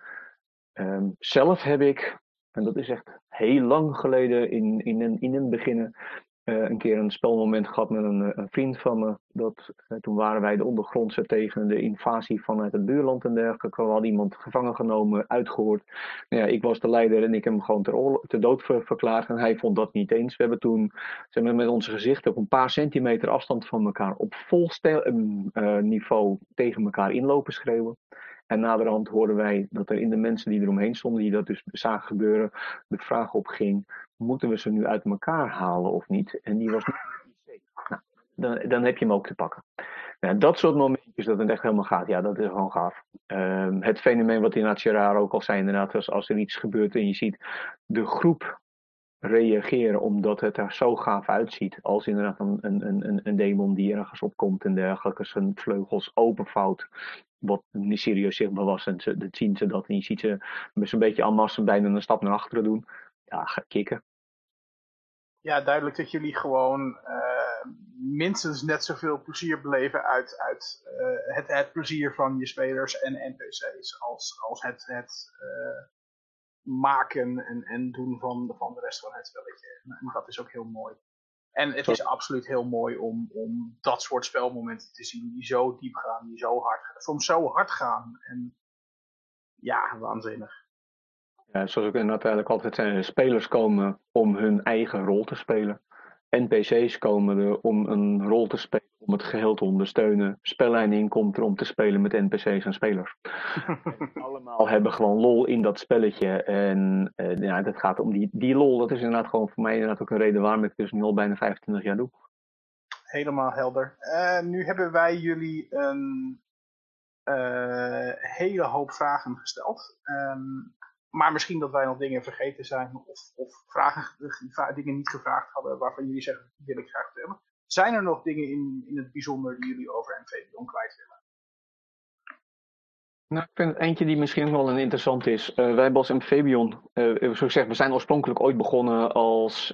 Zelf heb ik, en dat is echt heel lang geleden in het begin, een keer een spelmoment gehad met een vriend van me. Toen waren wij de ondergrondse tegen de invasie vanuit het buurland en dergelijke. We hadden iemand gevangen genomen, uitgehoord. Nou ja, ik was de leider en ik heb hem gewoon ter dood verklaard. En hij vond dat niet eens. We hebben toen met onze gezichten op een paar centimeter afstand van elkaar op vol niveau tegen elkaar inlopen schreeuwen. En naderhand hoorden wij dat er in de mensen die eromheen stonden, die dat dus zagen gebeuren, de vraag opging: moeten we ze nu uit elkaar halen of niet? En die was niet. Nou, dan heb je hem ook te pakken. Nou, dat soort momentjes dat het echt helemaal gaat, ja, dat is gewoon gaaf. Het fenomeen wat inderdaad Gerard ook al zei, inderdaad, als er iets gebeurt en je ziet de groep reageren omdat het er zo gaaf uitziet. Als inderdaad een demon die ergens opkomt en dergelijke zijn vleugels openvouwt. Wat niet serieus zichtbaar was. En dat zien ze dat. En je ziet ze met zo'n beetje en masse bijna een stap naar achteren doen. Ja, ga kicken. Ja, duidelijk dat jullie gewoon minstens net zoveel plezier beleven uit het plezier van je spelers en NPC's. Als het maken en doen van de rest van het spelletje. En dat is ook heel mooi. En het is absoluut heel mooi om dat soort spelmomenten te zien die zo diep gaan, die zo hard gaan. Soms zo hard gaan. En ja, waanzinnig. Ja, zoals ik inderdaad eigenlijk altijd zei, spelers komen om hun eigen rol te spelen. NPC's komen er om een rol te spelen, om het geheel te ondersteunen. Spelleiding komt er om te spelen met NPC's en spelers. Allemaal hebben gewoon lol in dat spelletje. En dat gaat om die lol. Dat is inderdaad gewoon voor mij inderdaad ook een reden waarom ik dus nu al bijna 25 jaar doe. Helemaal helder. Nu hebben wij jullie een hele hoop vragen gesteld. Maar misschien dat wij nog dingen vergeten zijn of dingen niet gevraagd hadden waarvan jullie zeggen, die wil ik graag vertellen. Zijn er nog dingen in het bijzonder die jullie over Amphibion kwijt willen? Nou, ik vind eentje die misschien wel een interessant is. Wij hebben als Amphibion, zoals ik zeg, we zijn oorspronkelijk ooit begonnen als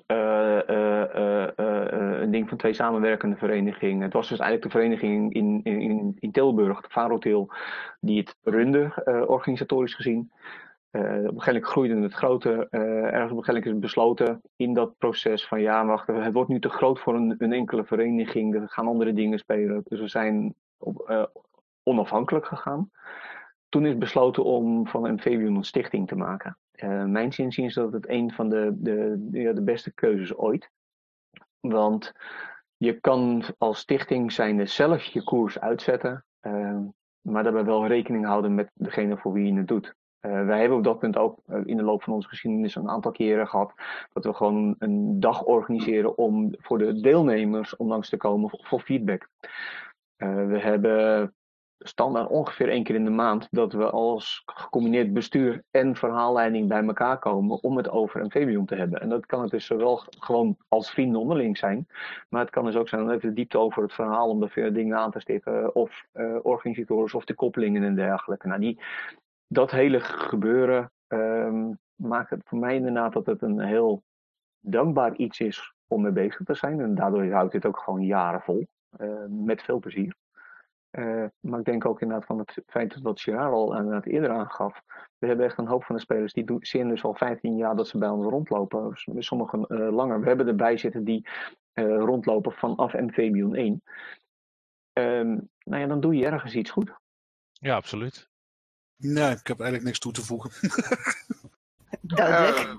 een ding van 2 samenwerkende verenigingen. Het was dus eigenlijk de vereniging in Tilburg, de Varotil, die het runde, organisatorisch gezien. Op een gegeven moment groeide het grote. Ergens op een gegeven moment is het besloten in dat proces van ja, wacht, het wordt nu te groot voor een enkele vereniging. Er gaan andere dingen spelen. Dus we zijn onafhankelijk gegaan. Toen is besloten om van Amphibion een stichting te maken. Mijn zin is dat het een van de beste keuzes ooit. Want je kan als stichting zijnde zelf je koers uitzetten. Maar daarbij wel rekening houden met degene voor wie je het doet. Wij hebben op dat punt ook in de loop van onze geschiedenis een aantal keren gehad dat we gewoon een dag organiseren om voor de deelnemers om langs te komen voor feedback. We hebben standaard ongeveer 1 keer in de maand dat we als gecombineerd bestuur en verhaalleiding bij elkaar komen om het over Amphibion te hebben. En dat kan het dus zowel gewoon als vrienden onderling zijn, maar het kan dus ook zijn om even de diepte over het verhaal om er dingen aan te stippen of organisatoren of de koppelingen en dergelijke. Nou, dat hele gebeuren maakt het voor mij inderdaad dat het een heel dankbaar iets is om mee bezig te zijn. En daardoor houdt dit ook gewoon jaren vol. Met veel plezier. Maar ik denk ook inderdaad van het feit dat Gerard al inderdaad eerder aangaf. We hebben echt een hoop van de spelers die zien dus al 15 jaar dat ze bij ons rondlopen. Sommigen langer. We hebben erbij zitten die rondlopen vanaf Amphibion 1. Nou ja, dan doe je ergens iets goed. Ja, absoluut. Nee, ik heb eigenlijk niks toe te voegen. Duidelijk.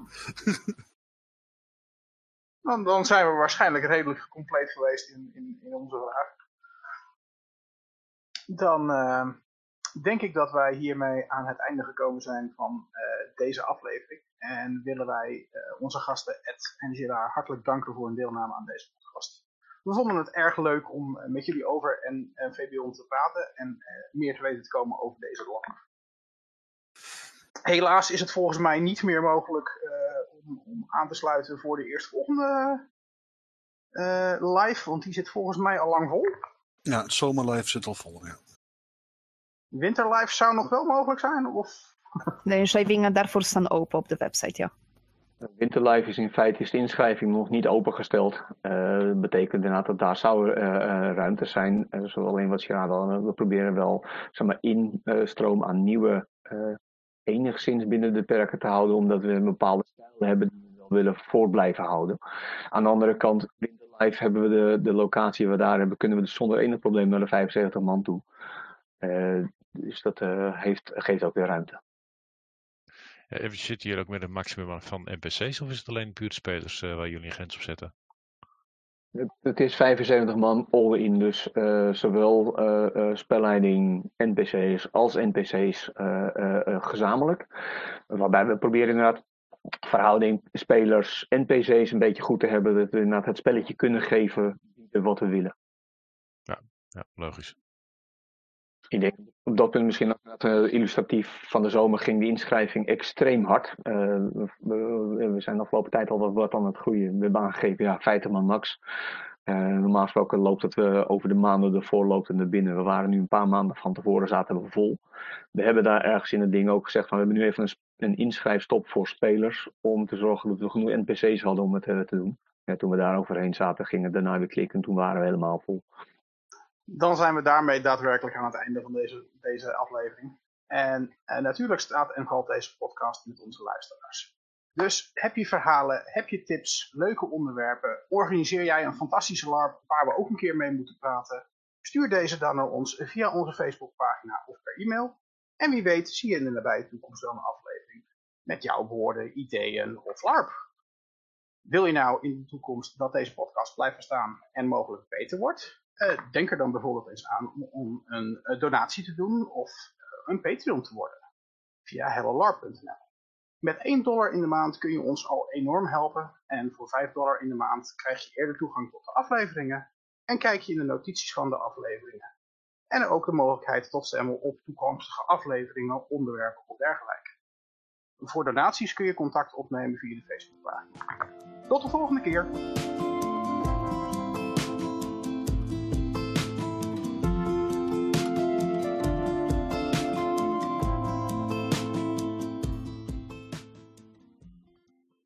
Dan zijn we waarschijnlijk redelijk compleet geweest in onze vraag. Dan denk ik dat wij hiermee aan het einde gekomen zijn van deze aflevering. En willen wij onze gasten Ed en Gerard hartelijk danken voor hun deelname aan deze podcast. We vonden het erg leuk om met jullie over Amphibion te praten en meer te weten te komen over deze LARP. Helaas is het volgens mij niet meer mogelijk om aan te sluiten voor de eerstvolgende live, want die zit volgens mij al lang vol. Ja, het zomerlive zit al vol, ja. Winterlive zou nog wel mogelijk zijn, of... De inschrijvingen daarvoor staan open op de website, ja. Winterlive is in feite de inschrijving nog niet opengesteld. Dat betekent inderdaad dat daar zou ruimte zijn. Zoals alleen wat Gerard al, we proberen wel zeg maar, instroom aan nieuwe enigszins binnen de perken te houden. Omdat we een bepaalde stijl hebben die we wel willen voort blijven houden. Aan de andere kant, Winterlive hebben we de locatie waar we daar hebben, kunnen we dus zonder enig probleem naar de 75 man toe. Dus dat geeft ook weer ruimte. Zit hier ook met een maximum van NPC's of is het alleen buurtspelers waar jullie een grens op zetten? Het is 75 man all-in, dus zowel spelleiding, NPC's als NPC's gezamenlijk. Waarbij we proberen inderdaad verhouding spelers NPC's een beetje goed te hebben. Dat we inderdaad het spelletje kunnen geven wat we willen. Ja, logisch. Ik denk op dat punt misschien ook illustratief van de zomer ging de inschrijving extreem hard. We zijn de afgelopen tijd al wat aan het groeien. We hebben aangegeven 50 man max. Normaal gesproken loopt het over de maanden ervoor loopt het naar binnen. We waren nu een paar maanden van tevoren zaten we vol. We hebben daar ergens in het ding ook gezegd van we hebben nu even een inschrijfstop voor spelers om te zorgen dat we genoeg NPC's hadden om het te doen. Ja, toen we daar overheen zaten gingen daarna weer klikken en toen waren we helemaal vol. Dan zijn we daarmee daadwerkelijk aan het einde van deze aflevering. En natuurlijk staat en valt deze podcast met onze luisteraars. Dus heb je verhalen, heb je tips, leuke onderwerpen, organiseer jij een fantastische LARP waar we ook een keer mee moeten praten? Stuur deze dan naar ons via onze Facebookpagina of per e-mail. En wie weet zie je in de nabije toekomst wel een aflevering met jouw woorden, ideeën of LARP. Wil je nou in de toekomst dat deze podcast blijft bestaan en mogelijk beter wordt? Denk er dan bijvoorbeeld eens aan om een donatie te doen of een Patreon te worden via hellolarp.nl. Met $1 in de maand kun je ons al enorm helpen en voor $5 in de maand krijg je eerder toegang tot de afleveringen en kijk je in de notities van de afleveringen. En ook de mogelijkheid tot stemmen op toekomstige afleveringen, onderwerpen of dergelijke. Voor donaties kun je contact opnemen via de Facebookpagina. Tot de volgende keer!